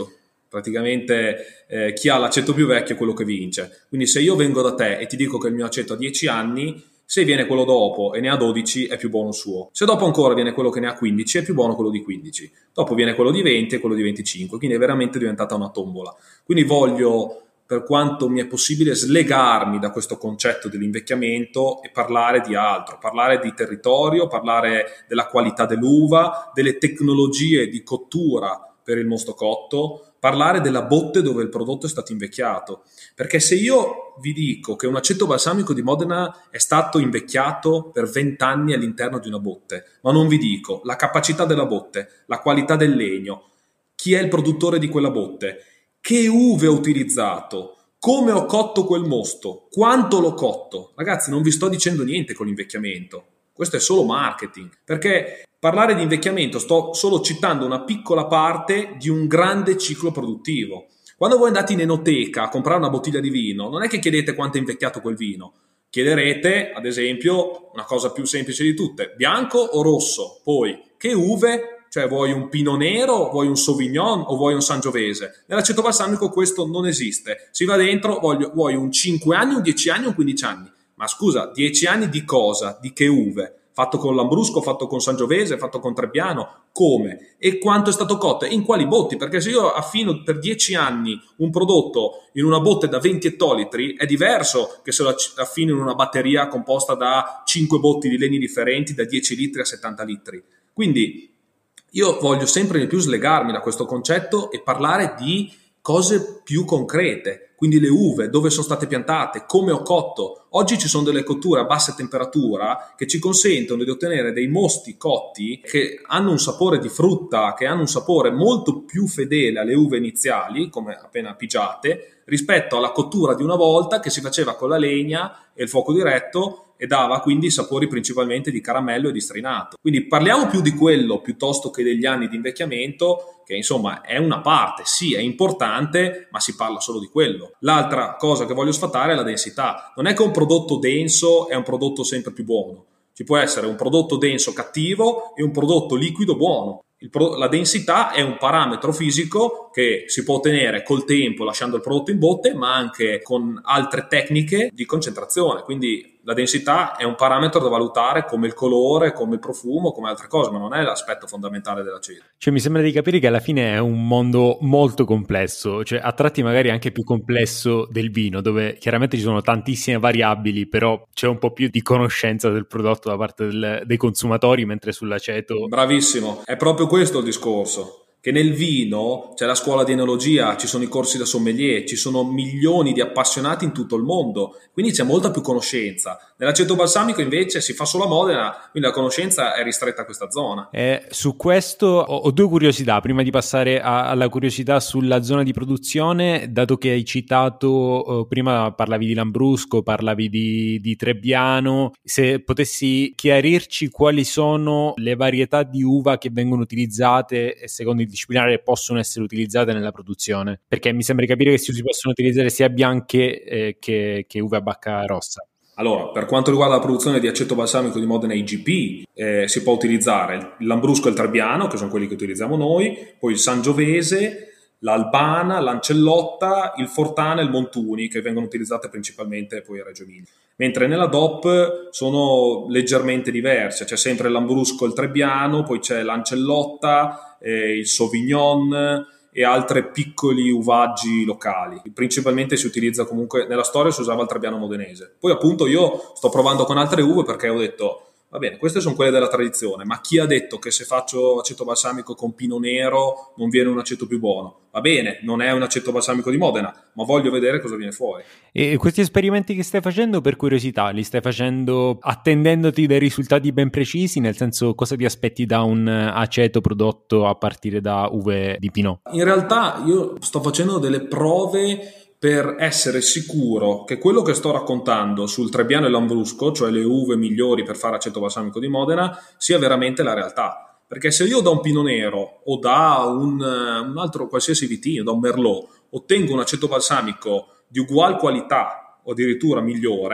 Praticamente chi ha l'aceto più vecchio è quello che vince. Quindi se io vengo da te e ti dico che il mio aceto ha 10 anni, se viene quello dopo e ne ha 12 è più buono il suo. Se dopo ancora viene quello che ne ha 15 è più buono quello di 15. Dopo viene quello di 20 e quello di 25. Quindi è veramente diventata una tombola. Quindi voglio, per quanto mi è possibile, slegarmi da questo concetto dell'invecchiamento e parlare di altro, parlare di territorio, parlare della qualità dell'uva, delle tecnologie di cottura per il mosto cotto, parlare della botte dove il prodotto è stato invecchiato. Perché se io vi dico che un aceto balsamico di Modena è stato invecchiato per 20 anni all'interno di una botte, ma non vi dico la capacità della botte, la qualità del legno, chi è il produttore di quella botte, che uve ho utilizzato, come ho cotto quel mosto, quanto l'ho cotto. Ragazzi, non vi sto dicendo niente con l'invecchiamento. Questo è solo marketing, perché parlare di invecchiamento sto solo citando una piccola parte di un grande ciclo produttivo. Quando voi andate in enoteca a comprare una bottiglia di vino, non è che chiedete quanto è invecchiato quel vino. Chiederete, ad esempio, una cosa più semplice di tutte, bianco o rosso, poi che uve, cioè vuoi un Pinot Nero, vuoi un Sauvignon o vuoi un Sangiovese. Nell'aceto balsamico questo non esiste. Si va dentro, vuoi un 5 anni, un 10 anni, un 15 anni. Ma scusa, 10 anni di cosa? Di che uve? Fatto con Lambrusco, fatto con Sangiovese, fatto con Trebbiano? Come? E quanto è stato cotto? E in quali botti? Perché se io affino per 10 anni un prodotto in una botte da 20 ettolitri è diverso che se lo affino in una batteria composta da 5 botti di legni differenti da 10 litri a 70 litri. Quindi io voglio sempre di più slegarmi da questo concetto e parlare di cose più concrete, quindi le uve, dove sono state piantate, come ho cotto. Oggi ci sono delle cotture a bassa temperatura che ci consentono di ottenere dei mosti cotti che hanno un sapore di frutta, che hanno un sapore molto più fedele alle uve iniziali, come appena pigiate, rispetto alla cottura di una volta che si faceva con la legna e il fuoco diretto e dava quindi sapori principalmente di caramello e di strinato. Quindi parliamo più di quello piuttosto che degli anni di invecchiamento, che insomma è una parte, sì è importante, ma si parla solo di quello. L'altra cosa che voglio sfatare è la densità. Non è che un prodotto denso è un prodotto sempre più buono. Ci può essere un prodotto denso cattivo e un prodotto liquido buono. La densità è un parametro fisico che si può ottenere col tempo lasciando il prodotto in botte, ma anche con altre tecniche di concentrazione. Quindi la densità è un parametro da valutare come il colore, come il profumo, come altre cose, ma non è l'aspetto fondamentale dell'aceto. Cioè mi sembra di capire che alla fine è un mondo molto complesso, cioè a tratti magari anche più complesso del vino, dove chiaramente ci sono tantissime variabili, però c'è un po' più di conoscenza del prodotto da parte dei consumatori, mentre sull'aceto... Bravissimo, è proprio questo il discorso. Che nel vino c'è la scuola di enologia, ci sono i corsi da sommelier, ci sono milioni di appassionati in tutto il mondo, quindi c'è molta più conoscenza. Nell'aceto balsamico invece si fa solo a Modena, quindi la conoscenza è ristretta a questa zona. Su questo ho due curiosità, prima di passare alla curiosità sulla zona di produzione, dato che hai citato, prima parlavi di Lambrusco, parlavi di Trebbiano, se potessi chiarirci quali sono le varietà di uva che vengono utilizzate e secondo il disciplinare possono essere utilizzate nella produzione, perché mi sembra di capire che si possono utilizzare sia bianche che uve a bacca rossa. Allora, per quanto riguarda la produzione di aceto balsamico di Modena IGP, si può utilizzare il Lambrusco e il Trebbiano, che sono quelli che utilizziamo noi, poi il Sangiovese, l'Albana, l'Ancellotta, il Fortana e il Montuni, che vengono utilizzate principalmente poi a Reggio Emilia. Mentre nella DOP sono leggermente diverse, c'è sempre il Lambrusco e il Trebbiano, poi c'è l'Ancellotta, il Sauvignon e altri piccoli uvaggi locali. Principalmente si utilizza comunque, nella storia si usava il Trebbiano modenese. Poi appunto io sto provando con altre uve perché ho detto, va bene, queste sono quelle della tradizione, ma chi ha detto che se faccio aceto balsamico con Pinot Nero non viene un aceto più buono? Va bene, non è un aceto balsamico di Modena, ma voglio vedere cosa viene fuori. E questi esperimenti che stai facendo, per curiosità, li stai facendo attendendoti dei risultati ben precisi? Nel senso, cosa ti aspetti da un aceto prodotto a partire da uve di Pinot? In realtà io sto facendo delle prove per essere sicuro che quello che sto raccontando sul Trebbiano e Lambrusco, cioè le uve migliori per fare aceto balsamico di Modena, sia veramente la realtà. Perché se io da un Pinot Nero o da un altro qualsiasi vitino, da un Merlot, ottengo un aceto balsamico di ugual qualità o addirittura migliore,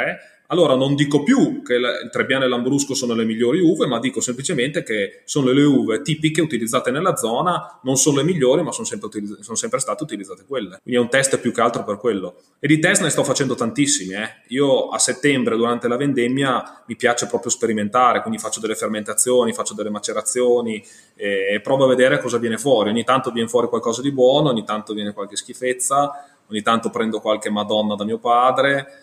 allora non dico più che il Trebbiano e l'Ambrusco sono le migliori uve, ma dico semplicemente che sono le uve tipiche utilizzate nella zona, non sono le migliori, ma sono sempre state utilizzate quelle. Quindi è un test più che altro per quello. E di test ne sto facendo tantissimi. Io a settembre, durante la vendemmia, mi piace proprio sperimentare, quindi faccio delle fermentazioni, faccio delle macerazioni e provo a vedere cosa viene fuori. Ogni tanto viene fuori qualcosa di buono, ogni tanto viene qualche schifezza, ogni tanto prendo qualche Madonna da mio padre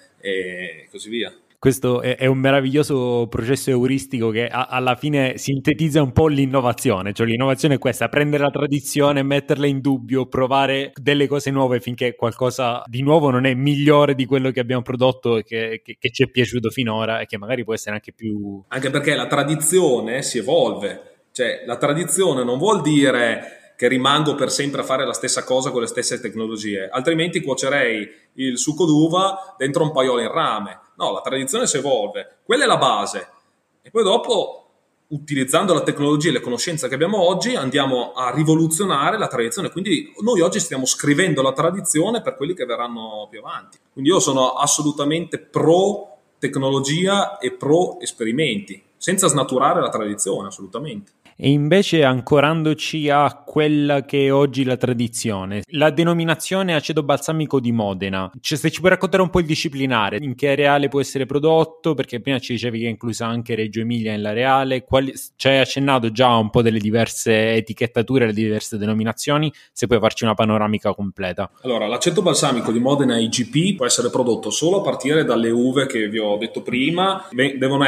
e così via. Questo è un meraviglioso processo euristico che alla fine sintetizza un po' l'innovazione, cioè l'innovazione è questa: prendere la tradizione, metterla in dubbio, provare delle cose nuove finché qualcosa di nuovo non è migliore di quello che abbiamo prodotto e che ci è piaciuto finora e che magari può essere anche più... Anche perché la tradizione si evolve, cioè la tradizione non vuol dire che rimango per sempre a fare la stessa cosa con le stesse tecnologie, altrimenti cuocerei il succo d'uva dentro un paiolo in rame. No, la tradizione si evolve, quella è la base. E poi dopo, utilizzando la tecnologia e le conoscenze che abbiamo oggi, andiamo a rivoluzionare la tradizione. Quindi noi oggi stiamo scrivendo la tradizione per quelli che verranno più avanti. Quindi io sono assolutamente pro tecnologia e pro esperimenti, senza snaturare la tradizione, assolutamente. E invece, ancorandoci a quella che è oggi la tradizione, la denominazione aceto balsamico di Modena, cioè, se ci puoi raccontare un po' il disciplinare, in che areale può essere prodotto, perché prima ci dicevi che è inclusa anche Reggio Emilia nell'areale, ci hai accennato già un po' delle diverse etichettature, le diverse denominazioni, se puoi farci una panoramica completa. Allora, l'aceto balsamico di Modena IGP può essere prodotto solo a partire dalle uve che vi ho detto prima. Devono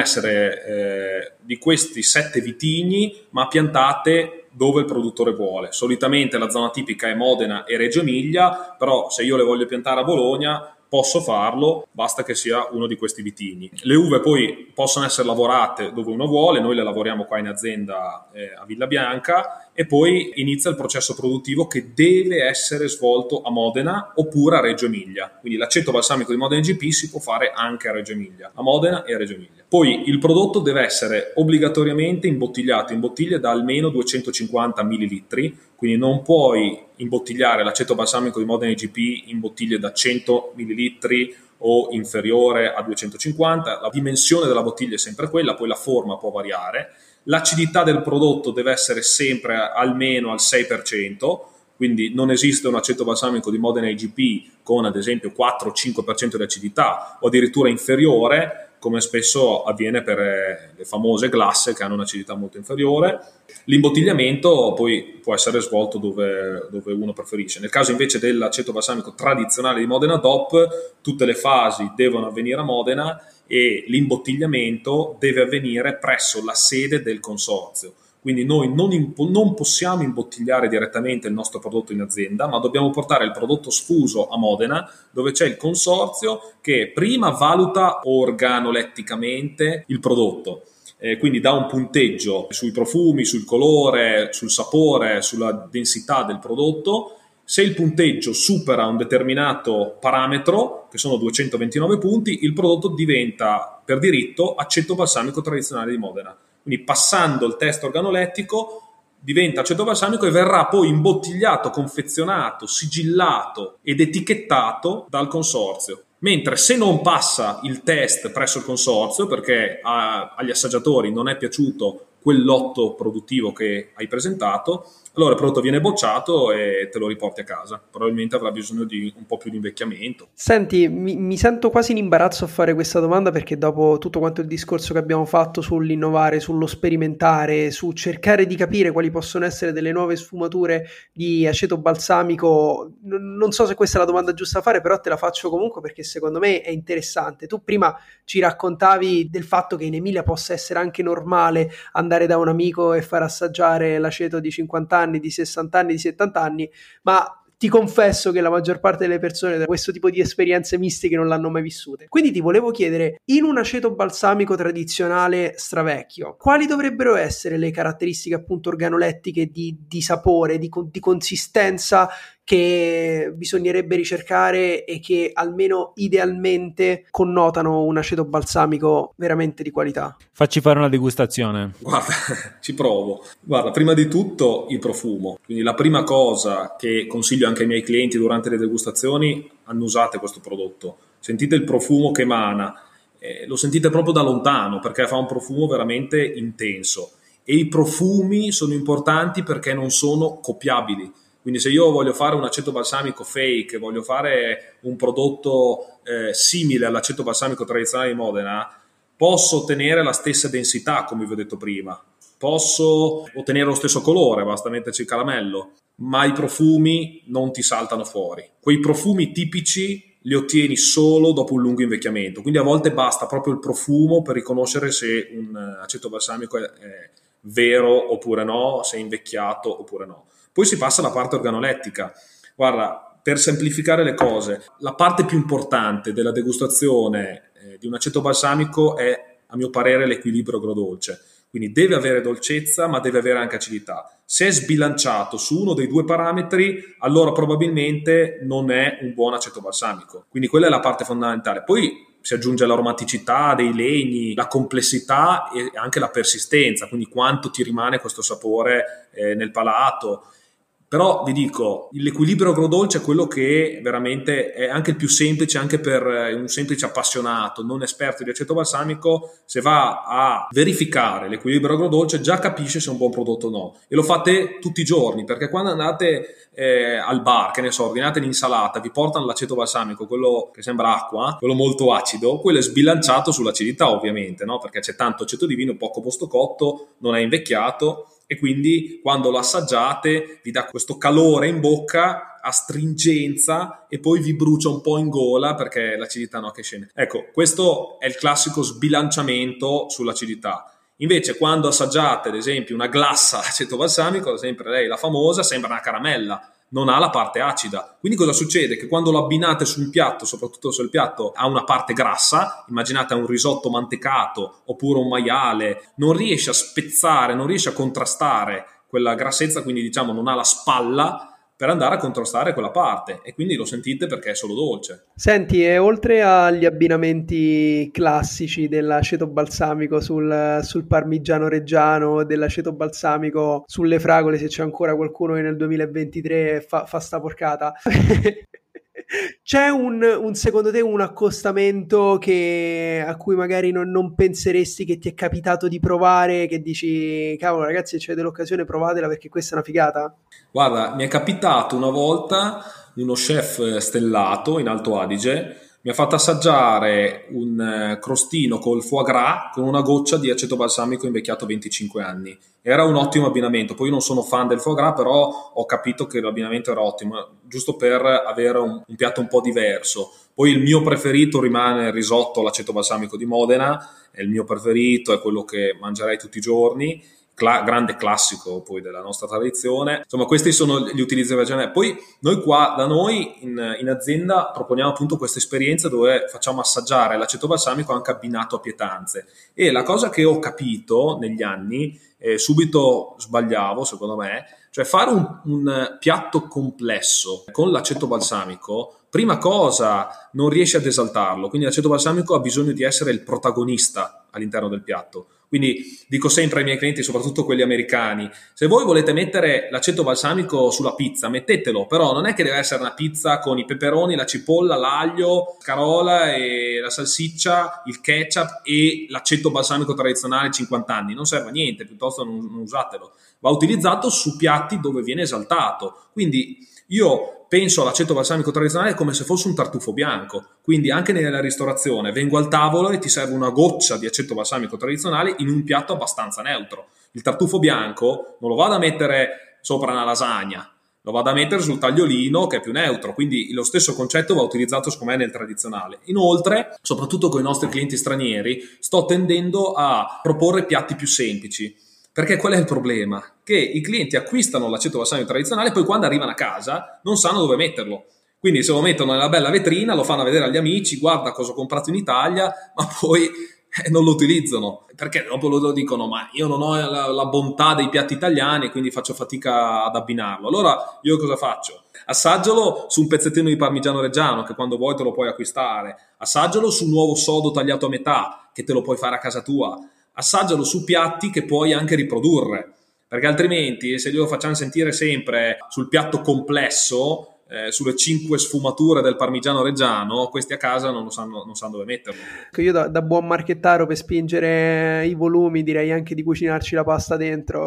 essere di questi 7 vitigni, ma piantate dove il produttore vuole. Solitamente la zona tipica è Modena e Reggio Emilia, però se io le voglio piantare a Bologna posso farlo, basta che sia uno di questi vitigni. Le uve poi possono essere lavorate dove uno vuole, noi le lavoriamo qua in azienda a Villa Bianca, e poi inizia il processo produttivo che deve essere svolto a Modena oppure a Reggio Emilia. Quindi l'aceto balsamico di Modena IGP si può fare anche a Reggio Emilia, a Modena e a Reggio Emilia. Poi il prodotto deve essere obbligatoriamente imbottigliato in bottiglie da almeno 250 ml, quindi non puoi imbottigliare l'aceto balsamico di Modena IGP in bottiglie da 100 ml o inferiore a 250. La dimensione della bottiglia è sempre quella, poi la forma può variare. L'acidità del prodotto deve essere sempre almeno al 6%, quindi non esiste un aceto balsamico di Modena IGP con ad esempio 4-5% di acidità o addirittura inferiore, come spesso avviene per le famose glasse che hanno un'acidità molto inferiore. L'imbottigliamento poi può essere svolto dove uno preferisce. Nel caso invece dell'aceto balsamico tradizionale di Modena DOP, tutte le fasi devono avvenire a Modena e l'imbottigliamento deve avvenire presso la sede del consorzio. Quindi noi non possiamo imbottigliare direttamente il nostro prodotto in azienda, ma dobbiamo portare il prodotto sfuso a Modena, dove c'è il consorzio che prima valuta organoletticamente il prodotto. Quindi dà un punteggio sui profumi, sul colore, sul sapore, sulla densità del prodotto. Se il punteggio supera un determinato parametro, che sono 229 punti, il prodotto diventa per diritto aceto balsamico tradizionale di Modena. Quindi passando il test organolettico diventa aceto balsamico e verrà poi imbottigliato, confezionato, sigillato ed etichettato dal consorzio. Mentre se non passa il test presso il consorzio, perché agli assaggiatori non è piaciuto quel lotto produttivo che hai presentato, allora il prodotto viene bocciato e te lo riporti a casa. Probabilmente avrà bisogno di un po' più di invecchiamento. Senti, mi sento quasi in imbarazzo a fare questa domanda, perché dopo tutto quanto il discorso che abbiamo fatto sull'innovare, sullo sperimentare, su cercare di capire quali possono essere delle nuove sfumature di aceto balsamico, non so se questa è la domanda giusta da fare, però te la faccio comunque perché secondo me è interessante. Tu prima ci raccontavi del fatto che in Emilia possa essere anche normale andare da un amico e far assaggiare l'aceto di 50 anni, di 60 anni, di 70 anni, ma ti confesso che la maggior parte delle persone da questo tipo di esperienze mistiche non l'hanno mai vissute. Quindi ti volevo chiedere, in un aceto balsamico tradizionale stravecchio, quali dovrebbero essere le caratteristiche appunto organolettiche di sapore, di consistenza che bisognerebbe ricercare e che almeno idealmente connotano un aceto balsamico veramente di qualità? Facci fare una degustazione. Guarda, ci provo. Guarda, prima di tutto il profumo. Quindi la prima cosa che consiglio anche ai miei clienti durante le degustazioni: annusate questo prodotto. Sentite il profumo che emana. lo sentite proprio da lontano perché fa un profumo veramente intenso. E i profumi sono importanti perché non sono copiabili. Quindi se io voglio fare un aceto balsamico fake, voglio fare un prodotto simile all'aceto balsamico tradizionale di Modena, posso ottenere la stessa densità, come vi ho detto prima, posso ottenere lo stesso colore, basta metterci il caramello, ma i profumi non ti saltano fuori. Quei profumi tipici li ottieni solo dopo un lungo invecchiamento, quindi a volte basta proprio il profumo per riconoscere se un aceto balsamico è vero oppure no, se è invecchiato oppure no. Poi si passa alla parte organolettica. Guarda, per semplificare le cose, la parte più importante della degustazione di un aceto balsamico è, a mio parere, l'equilibrio agrodolce. Quindi deve avere dolcezza, ma deve avere anche acidità. Se è sbilanciato su uno dei due parametri, allora probabilmente non è un buon aceto balsamico. Quindi quella è la parte fondamentale. Poi si aggiunge l'aromaticità dei legni, la complessità e anche la persistenza, quindi quanto ti rimane questo sapore nel palato. Però vi dico, l'equilibrio agrodolce è quello che veramente è anche il più semplice, anche per un semplice appassionato, non esperto di aceto balsamico, se va a verificare l'equilibrio agrodolce già capisce se è un buon prodotto o no. E lo fate tutti i giorni, perché quando andate al bar, che ne so, ordinate l'insalata, vi portano l'aceto balsamico, quello che sembra acqua, quello molto acido, quello è sbilanciato sull'acidità ovviamente, no? Perché c'è tanto aceto di vino, poco posto cotto, non è invecchiato, e quindi quando lo assaggiate vi dà questo calore in bocca, astringenza, e poi vi brucia un po' in gola perché l'acidità no che scende. Ecco, questo è il classico sbilanciamento sull'acidità. Invece quando assaggiate ad esempio una glassa aceto balsamico, sempre lei la famosa, sembra una caramella, non ha la parte acida. Quindi cosa succede? Che quando lo abbinate su un piatto, soprattutto se il piatto ha una parte grassa, immaginate un risotto mantecato oppure un maiale, non riesce a spezzare, non riesce a contrastare quella grassezza, quindi diciamo non ha la spalla per andare a contrastare quella parte, e quindi lo sentite perché è solo dolce. Senti, e oltre agli abbinamenti classici dell'aceto balsamico sul parmigiano reggiano, dell'aceto balsamico sulle fragole, se c'è ancora qualcuno che nel 2023 fa sta porcata, c'è secondo te un accostamento a cui magari non penseresti, che ti è capitato di provare, che dici, cavolo ragazzi, se c'è dell'occasione provatela perché questa è una figata? Guarda, mi è capitato una volta uno chef stellato in Alto Adige mi ha fatto assaggiare un crostino col foie gras con una goccia di aceto balsamico invecchiato 25 anni. Era un ottimo abbinamento. Poi io non sono fan del foie gras, però ho capito che l'abbinamento era ottimo, giusto per avere un piatto un po' diverso. Poi il mio preferito rimane il risotto all'aceto balsamico di Modena, è il mio preferito, è quello che mangerei tutti i giorni. Grande classico poi della nostra tradizione. Insomma, questi sono gli utilizzi regionali. Poi noi qua da noi in azienda proponiamo appunto questa esperienza dove facciamo assaggiare l'aceto balsamico anche abbinato a pietanze, e la cosa che ho capito negli anni, subito sbagliavo secondo me, cioè fare un piatto complesso con l'aceto balsamico, prima cosa non riesci ad esaltarlo, quindi l'aceto balsamico ha bisogno di essere il protagonista all'interno del piatto. Quindi dico sempre ai miei clienti, soprattutto quelli americani, se voi volete mettere l'aceto balsamico sulla pizza, mettetelo, però non è che deve essere una pizza con i peperoni, la cipolla, l'aglio, carola e la salsiccia, il ketchup e l'aceto balsamico tradizionale 50 anni, non serve a niente, piuttosto non usatelo. Va utilizzato su piatti dove viene esaltato. Quindi io penso all'aceto balsamico tradizionale come se fosse un tartufo bianco, quindi anche nella ristorazione vengo al tavolo e ti serve una goccia di aceto balsamico tradizionale in un piatto abbastanza neutro. Il tartufo bianco non lo vado a mettere sopra una lasagna, lo vado a mettere sul tagliolino che è più neutro, quindi lo stesso concetto va utilizzato secondo me nel tradizionale. Inoltre, soprattutto con i nostri clienti stranieri, sto tendendo a proporre piatti più semplici. Perché qual è il problema? Che i clienti acquistano l'aceto balsamico tradizionale e poi quando arrivano a casa non sanno dove metterlo. Quindi se lo mettono nella bella vetrina, lo fanno vedere agli amici, guarda cosa ho comprato in Italia, ma poi non lo utilizzano. Perché dopo loro dicono, ma io non ho la bontà dei piatti italiani, quindi faccio fatica ad abbinarlo. Allora io cosa faccio? Assaggialo su un pezzettino di parmigiano reggiano, che quando vuoi te lo puoi acquistare. Assaggialo su un uovo sodo tagliato a metà, che te lo puoi fare a casa tua. Assaggialo su piatti che puoi anche riprodurre, perché altrimenti se lo facciamo sentire sempre sul piatto complesso sulle 5 sfumature del parmigiano reggiano, questi a casa non sanno dove metterlo. Io da buon marchettaro, per spingere i volumi, direi anche di cucinarci la pasta dentro,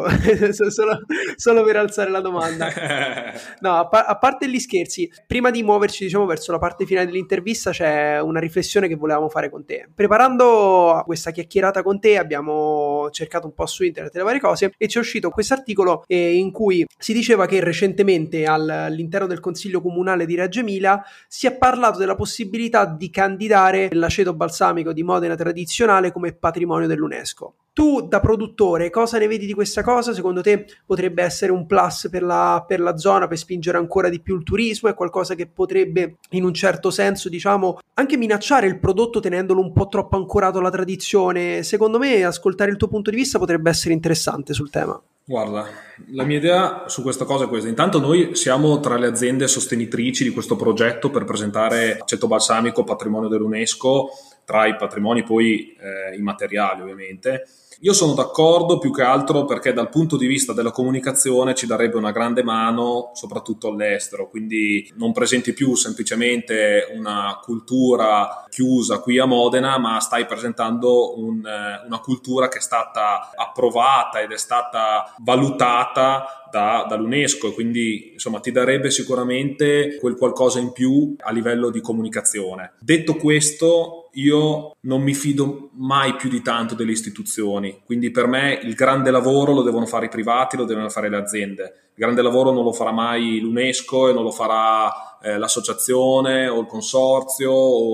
solo per alzare la domanda. No, a parte gli scherzi, prima di muoverci, diciamo, verso la parte finale dell'intervista, c'è una riflessione che volevamo fare con te. Preparando questa chiacchierata con te abbiamo cercato un po' su internet le varie cose e ci è uscito questo articolo in cui si diceva che recentemente all'interno del Consiglio Comunale di Reggio Emilia si è parlato della possibilità di candidare l'aceto balsamico di Modena tradizionale come patrimonio dell'UNESCO. Tu da produttore cosa ne vedi di questa cosa? Secondo te potrebbe essere un plus per la zona, per spingere ancora di più il turismo? È qualcosa che potrebbe in un certo senso, diciamo, anche minacciare il prodotto tenendolo un po' troppo ancorato alla tradizione? Secondo me ascoltare il tuo punto di vista potrebbe essere interessante sul tema. Guarda, la mia idea su questa cosa è questa. Intanto noi siamo tra le aziende sostenitrici di questo progetto per presentare aceto balsamico patrimonio dell'UNESCO, tra i patrimoni poi immateriali ovviamente. Io sono d'accordo più che altro perché dal punto di vista della comunicazione ci darebbe una grande mano, soprattutto all'estero, quindi non presenti più semplicemente una cultura chiusa qui a Modena, ma stai presentando una cultura che è stata approvata ed è stata valutata dall'UNESCO, e quindi insomma ti darebbe sicuramente quel qualcosa in più a livello di comunicazione. Detto questo, io non mi fido mai più di tanto delle istituzioni, quindi per me il grande lavoro lo devono fare i privati, lo devono fare le aziende. Il grande lavoro non lo farà mai l'UNESCO e non lo farà l'associazione o il consorzio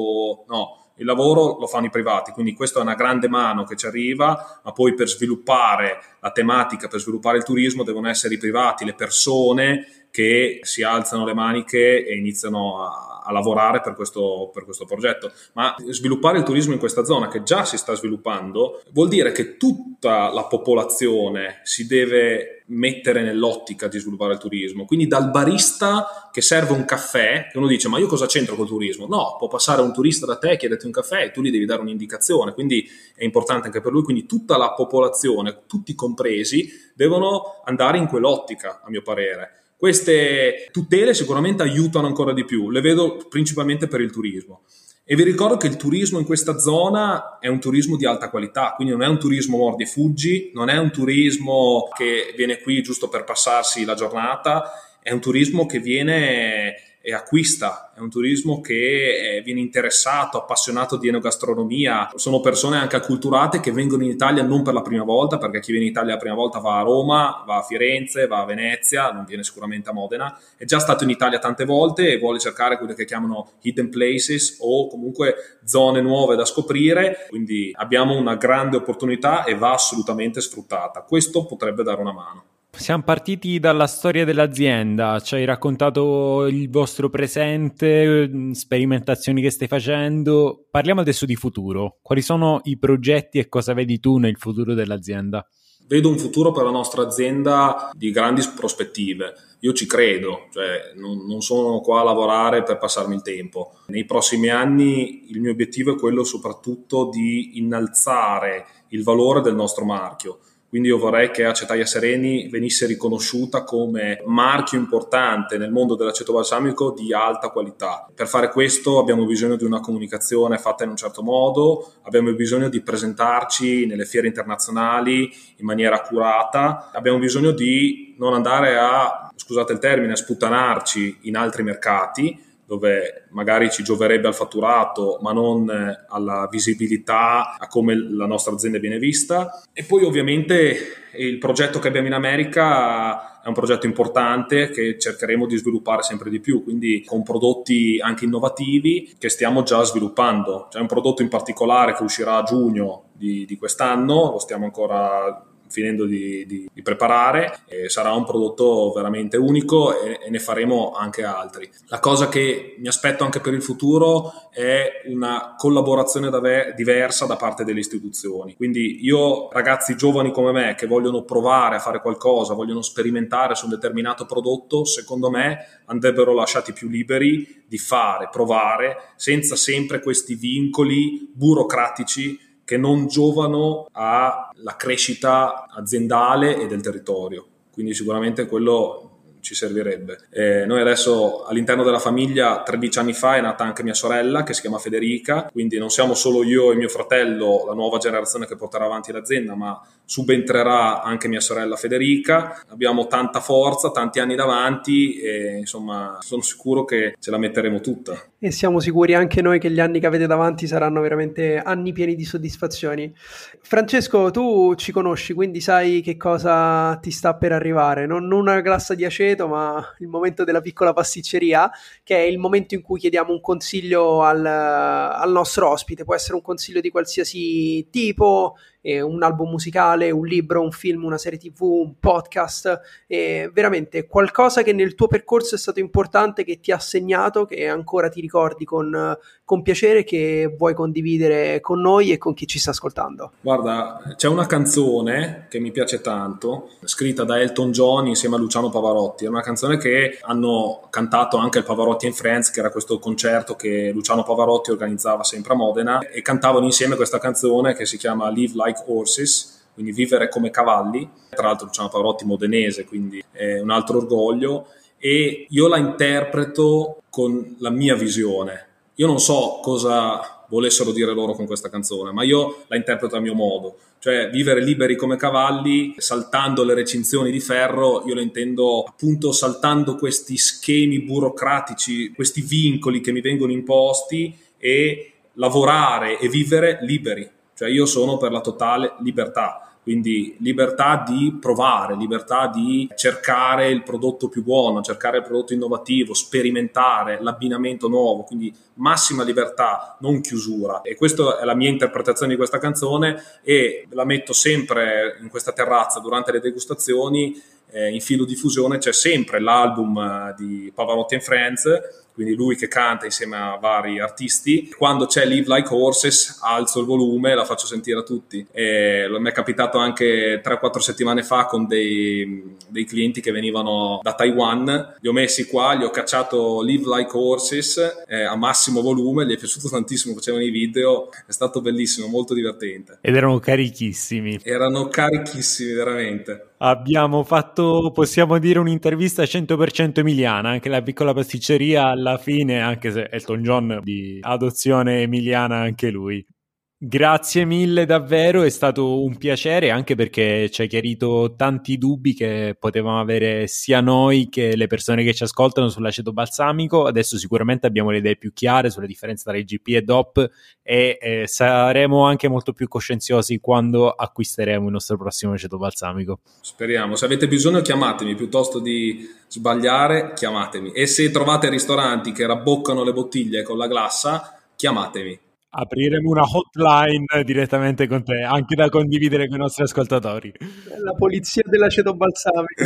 no. Il lavoro lo fanno i privati, quindi questa è una grande mano che ci arriva, ma poi per sviluppare la tematica, per sviluppare il turismo devono essere i privati, le persone che si alzano le maniche e iniziano a lavorare per questo progetto. Ma sviluppare il turismo in questa zona, che già si sta sviluppando, vuol dire che tutta la popolazione si deve mettere nell'ottica di sviluppare il turismo. Quindi dal barista che serve un caffè, che uno dice ma io cosa c'entro col turismo? No, può passare un turista da te, chiederti un caffè e tu gli devi dare un'indicazione, quindi è importante anche per lui. Quindi tutta la popolazione, tutti compresi, devono andare in quell'ottica, a mio parere. Queste tutele sicuramente aiutano ancora di più, le vedo principalmente per il turismo. E vi ricordo che il turismo in questa zona è un turismo di alta qualità, quindi non è un turismo mordi e fuggi, non è un turismo che viene qui giusto per passarsi la giornata, è un turismo che viene e acquista, è un turismo che viene interessato, appassionato di enogastronomia. Sono persone anche acculturate che vengono in Italia non per la prima volta, perché chi viene in Italia la prima volta va a Roma, va a Firenze, va a Venezia, non viene sicuramente a Modena, è già stato in Italia tante volte e vuole cercare quelle che chiamano hidden places o comunque zone nuove da scoprire, quindi abbiamo una grande opportunità e va assolutamente sfruttata. Questo potrebbe dare una mano. Siamo partiti dalla storia dell'azienda, ci hai raccontato il vostro presente, sperimentazioni che stai facendo. Parliamo adesso di futuro. Quali sono i progetti e cosa vedi tu nel futuro dell'azienda? Vedo un futuro per la nostra azienda di grandi prospettive. Io ci credo, cioè non sono qua a lavorare per passarmi il tempo. Nei prossimi anni il mio obiettivo è quello soprattutto di innalzare il valore del nostro marchio. Quindi io vorrei che Acetaia Sereni venisse riconosciuta come marchio importante nel mondo dell'aceto balsamico di alta qualità. Per fare questo abbiamo bisogno di una comunicazione fatta in un certo modo, abbiamo bisogno di presentarci nelle fiere internazionali in maniera accurata, abbiamo bisogno di non andare a, scusate il termine, a sputtanarci in altri mercati, dove magari ci gioverebbe al fatturato ma non alla visibilità, a come la nostra azienda viene vista. E poi ovviamente il progetto che abbiamo in America è un progetto importante che cercheremo di sviluppare sempre di più, quindi con prodotti anche innovativi che stiamo già sviluppando. C'è un prodotto in particolare che uscirà a giugno di quest'anno, lo stiamo ancora finendo di preparare, e sarà un prodotto veramente unico e ne faremo anche altri. La cosa che mi aspetto anche per il futuro è una collaborazione diversa da parte delle istituzioni. Quindi io, ragazzi giovani come me che vogliono provare a fare qualcosa, vogliono sperimentare su un determinato prodotto, secondo me andrebbero lasciati più liberi di fare, provare, senza sempre questi vincoli burocratici che non giovano alla crescita aziendale e del territorio. Quindi sicuramente quello ci servirebbe. Noi adesso all'interno della famiglia 13 anni fa è nata anche mia sorella che si chiama Federica, quindi non siamo solo io e mio fratello la nuova generazione che porterà avanti l'azienda, ma subentrerà anche mia sorella Federica. Abbiamo tanta forza, tanti anni davanti e insomma sono sicuro che ce la metteremo tutta. E siamo sicuri anche noi che gli anni che avete davanti saranno veramente anni pieni di soddisfazioni. Francesco, tu ci conosci, quindi sai che cosa ti sta per arrivare. Non una glassa di aceto, ma il momento della piccola pasticceria, che è il momento in cui chiediamo un consiglio al nostro ospite. Può essere un consiglio di qualsiasi tipo, un album musicale, un libro, un film, una serie TV, un podcast, veramente qualcosa che nel tuo percorso è stato importante, che ti ha segnato, che ancora ti ricordi con piacere, che vuoi condividere con noi e con chi ci sta ascoltando. Guarda, c'è una canzone che mi piace tanto, scritta da Elton John insieme a Luciano Pavarotti. È una canzone che hanno cantato anche il Pavarotti and Friends, che era questo concerto che Luciano Pavarotti organizzava sempre a Modena, e cantavano insieme questa canzone che si chiama Live Like Horses, quindi vivere come cavalli. Tra l'altro Luciano Pavarotti modenese, quindi è un altro orgoglio, e io la interpreto con la mia visione. Io non so cosa volessero dire loro con questa canzone, ma io la interpreto a mio modo, cioè vivere liberi come cavalli, saltando le recinzioni di ferro. Io lo intendo appunto saltando questi schemi burocratici, questi vincoli che mi vengono imposti, e lavorare e vivere liberi. Cioè io sono per la totale libertà, quindi libertà di provare, libertà di cercare il prodotto più buono, cercare il prodotto innovativo, sperimentare l'abbinamento nuovo, quindi massima libertà, non chiusura. E questa è la mia interpretazione di questa canzone, e la metto sempre in questa terrazza durante le degustazioni. In filo diffusione c'è sempre l'album di Pavarotti and Friends, quindi lui che canta insieme a vari artisti. Quando c'è Live Like Horses alzo il volume e la faccio sentire a tutti. E mi è capitato anche 3-4 settimane fa con dei clienti che venivano da Taiwan. Li ho messi qua, gli ho cacciato Live Like Horses a massimo volume, gli è piaciuto tantissimo, facevano i video, è stato bellissimo, molto divertente. Ed erano carichissimi. Erano carichissimi, veramente. Abbiamo fatto, possiamo dire, un'intervista 100% emiliana, anche la piccola pasticceria alla fine, anche se Elton John di adozione emiliana anche lui. Grazie mille davvero, è stato un piacere, anche perché ci hai chiarito tanti dubbi che potevamo avere sia noi che le persone che ci ascoltano sull'aceto balsamico. Adesso sicuramente abbiamo le idee più chiare sulla differenza tra IGP e DOP, e saremo anche molto più coscienziosi quando acquisteremo il nostro prossimo aceto balsamico. Speriamo. Se avete bisogno chiamatemi, piuttosto di sbagliare chiamatemi, e se trovate ristoranti che rabboccano le bottiglie con la glassa, chiamatemi. Apriremo una hotline direttamente con te, anche da condividere con i nostri ascoltatori. La polizia dell'aceto balsamico.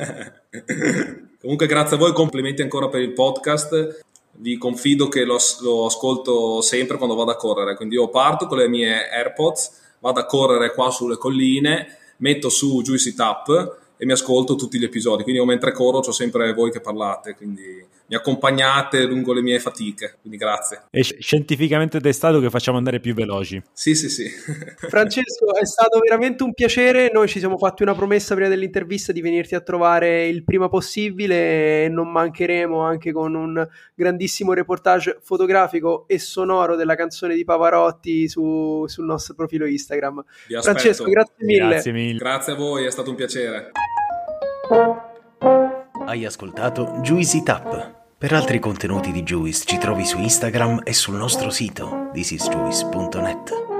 Comunque grazie a voi, complimenti ancora per il podcast. Vi confido che lo ascolto sempre quando vado a correre, quindi io parto con le mie AirPods, vado a correre qua sulle colline, metto su Juicy Tap e mi ascolto tutti gli episodi, quindi io mentre corro c'ho sempre voi che parlate, quindi mi accompagnate lungo le mie fatiche, quindi grazie. È scientificamente testato che facciamo andare più veloci. Sì. Francesco, è stato veramente un piacere. Noi ci siamo fatti una promessa prima dell'intervista di venirti a trovare il prima possibile, e non mancheremo, anche con un grandissimo reportage fotografico e sonoro della canzone di Pavarotti sul nostro profilo Instagram. Vi aspetto. Francesco, grazie mille. Grazie mille. Grazie a voi, è stato un piacere. Hai ascoltato Juicy Tap. Per altri contenuti di Juice ci trovi su Instagram e sul nostro sito thisisjuice.net.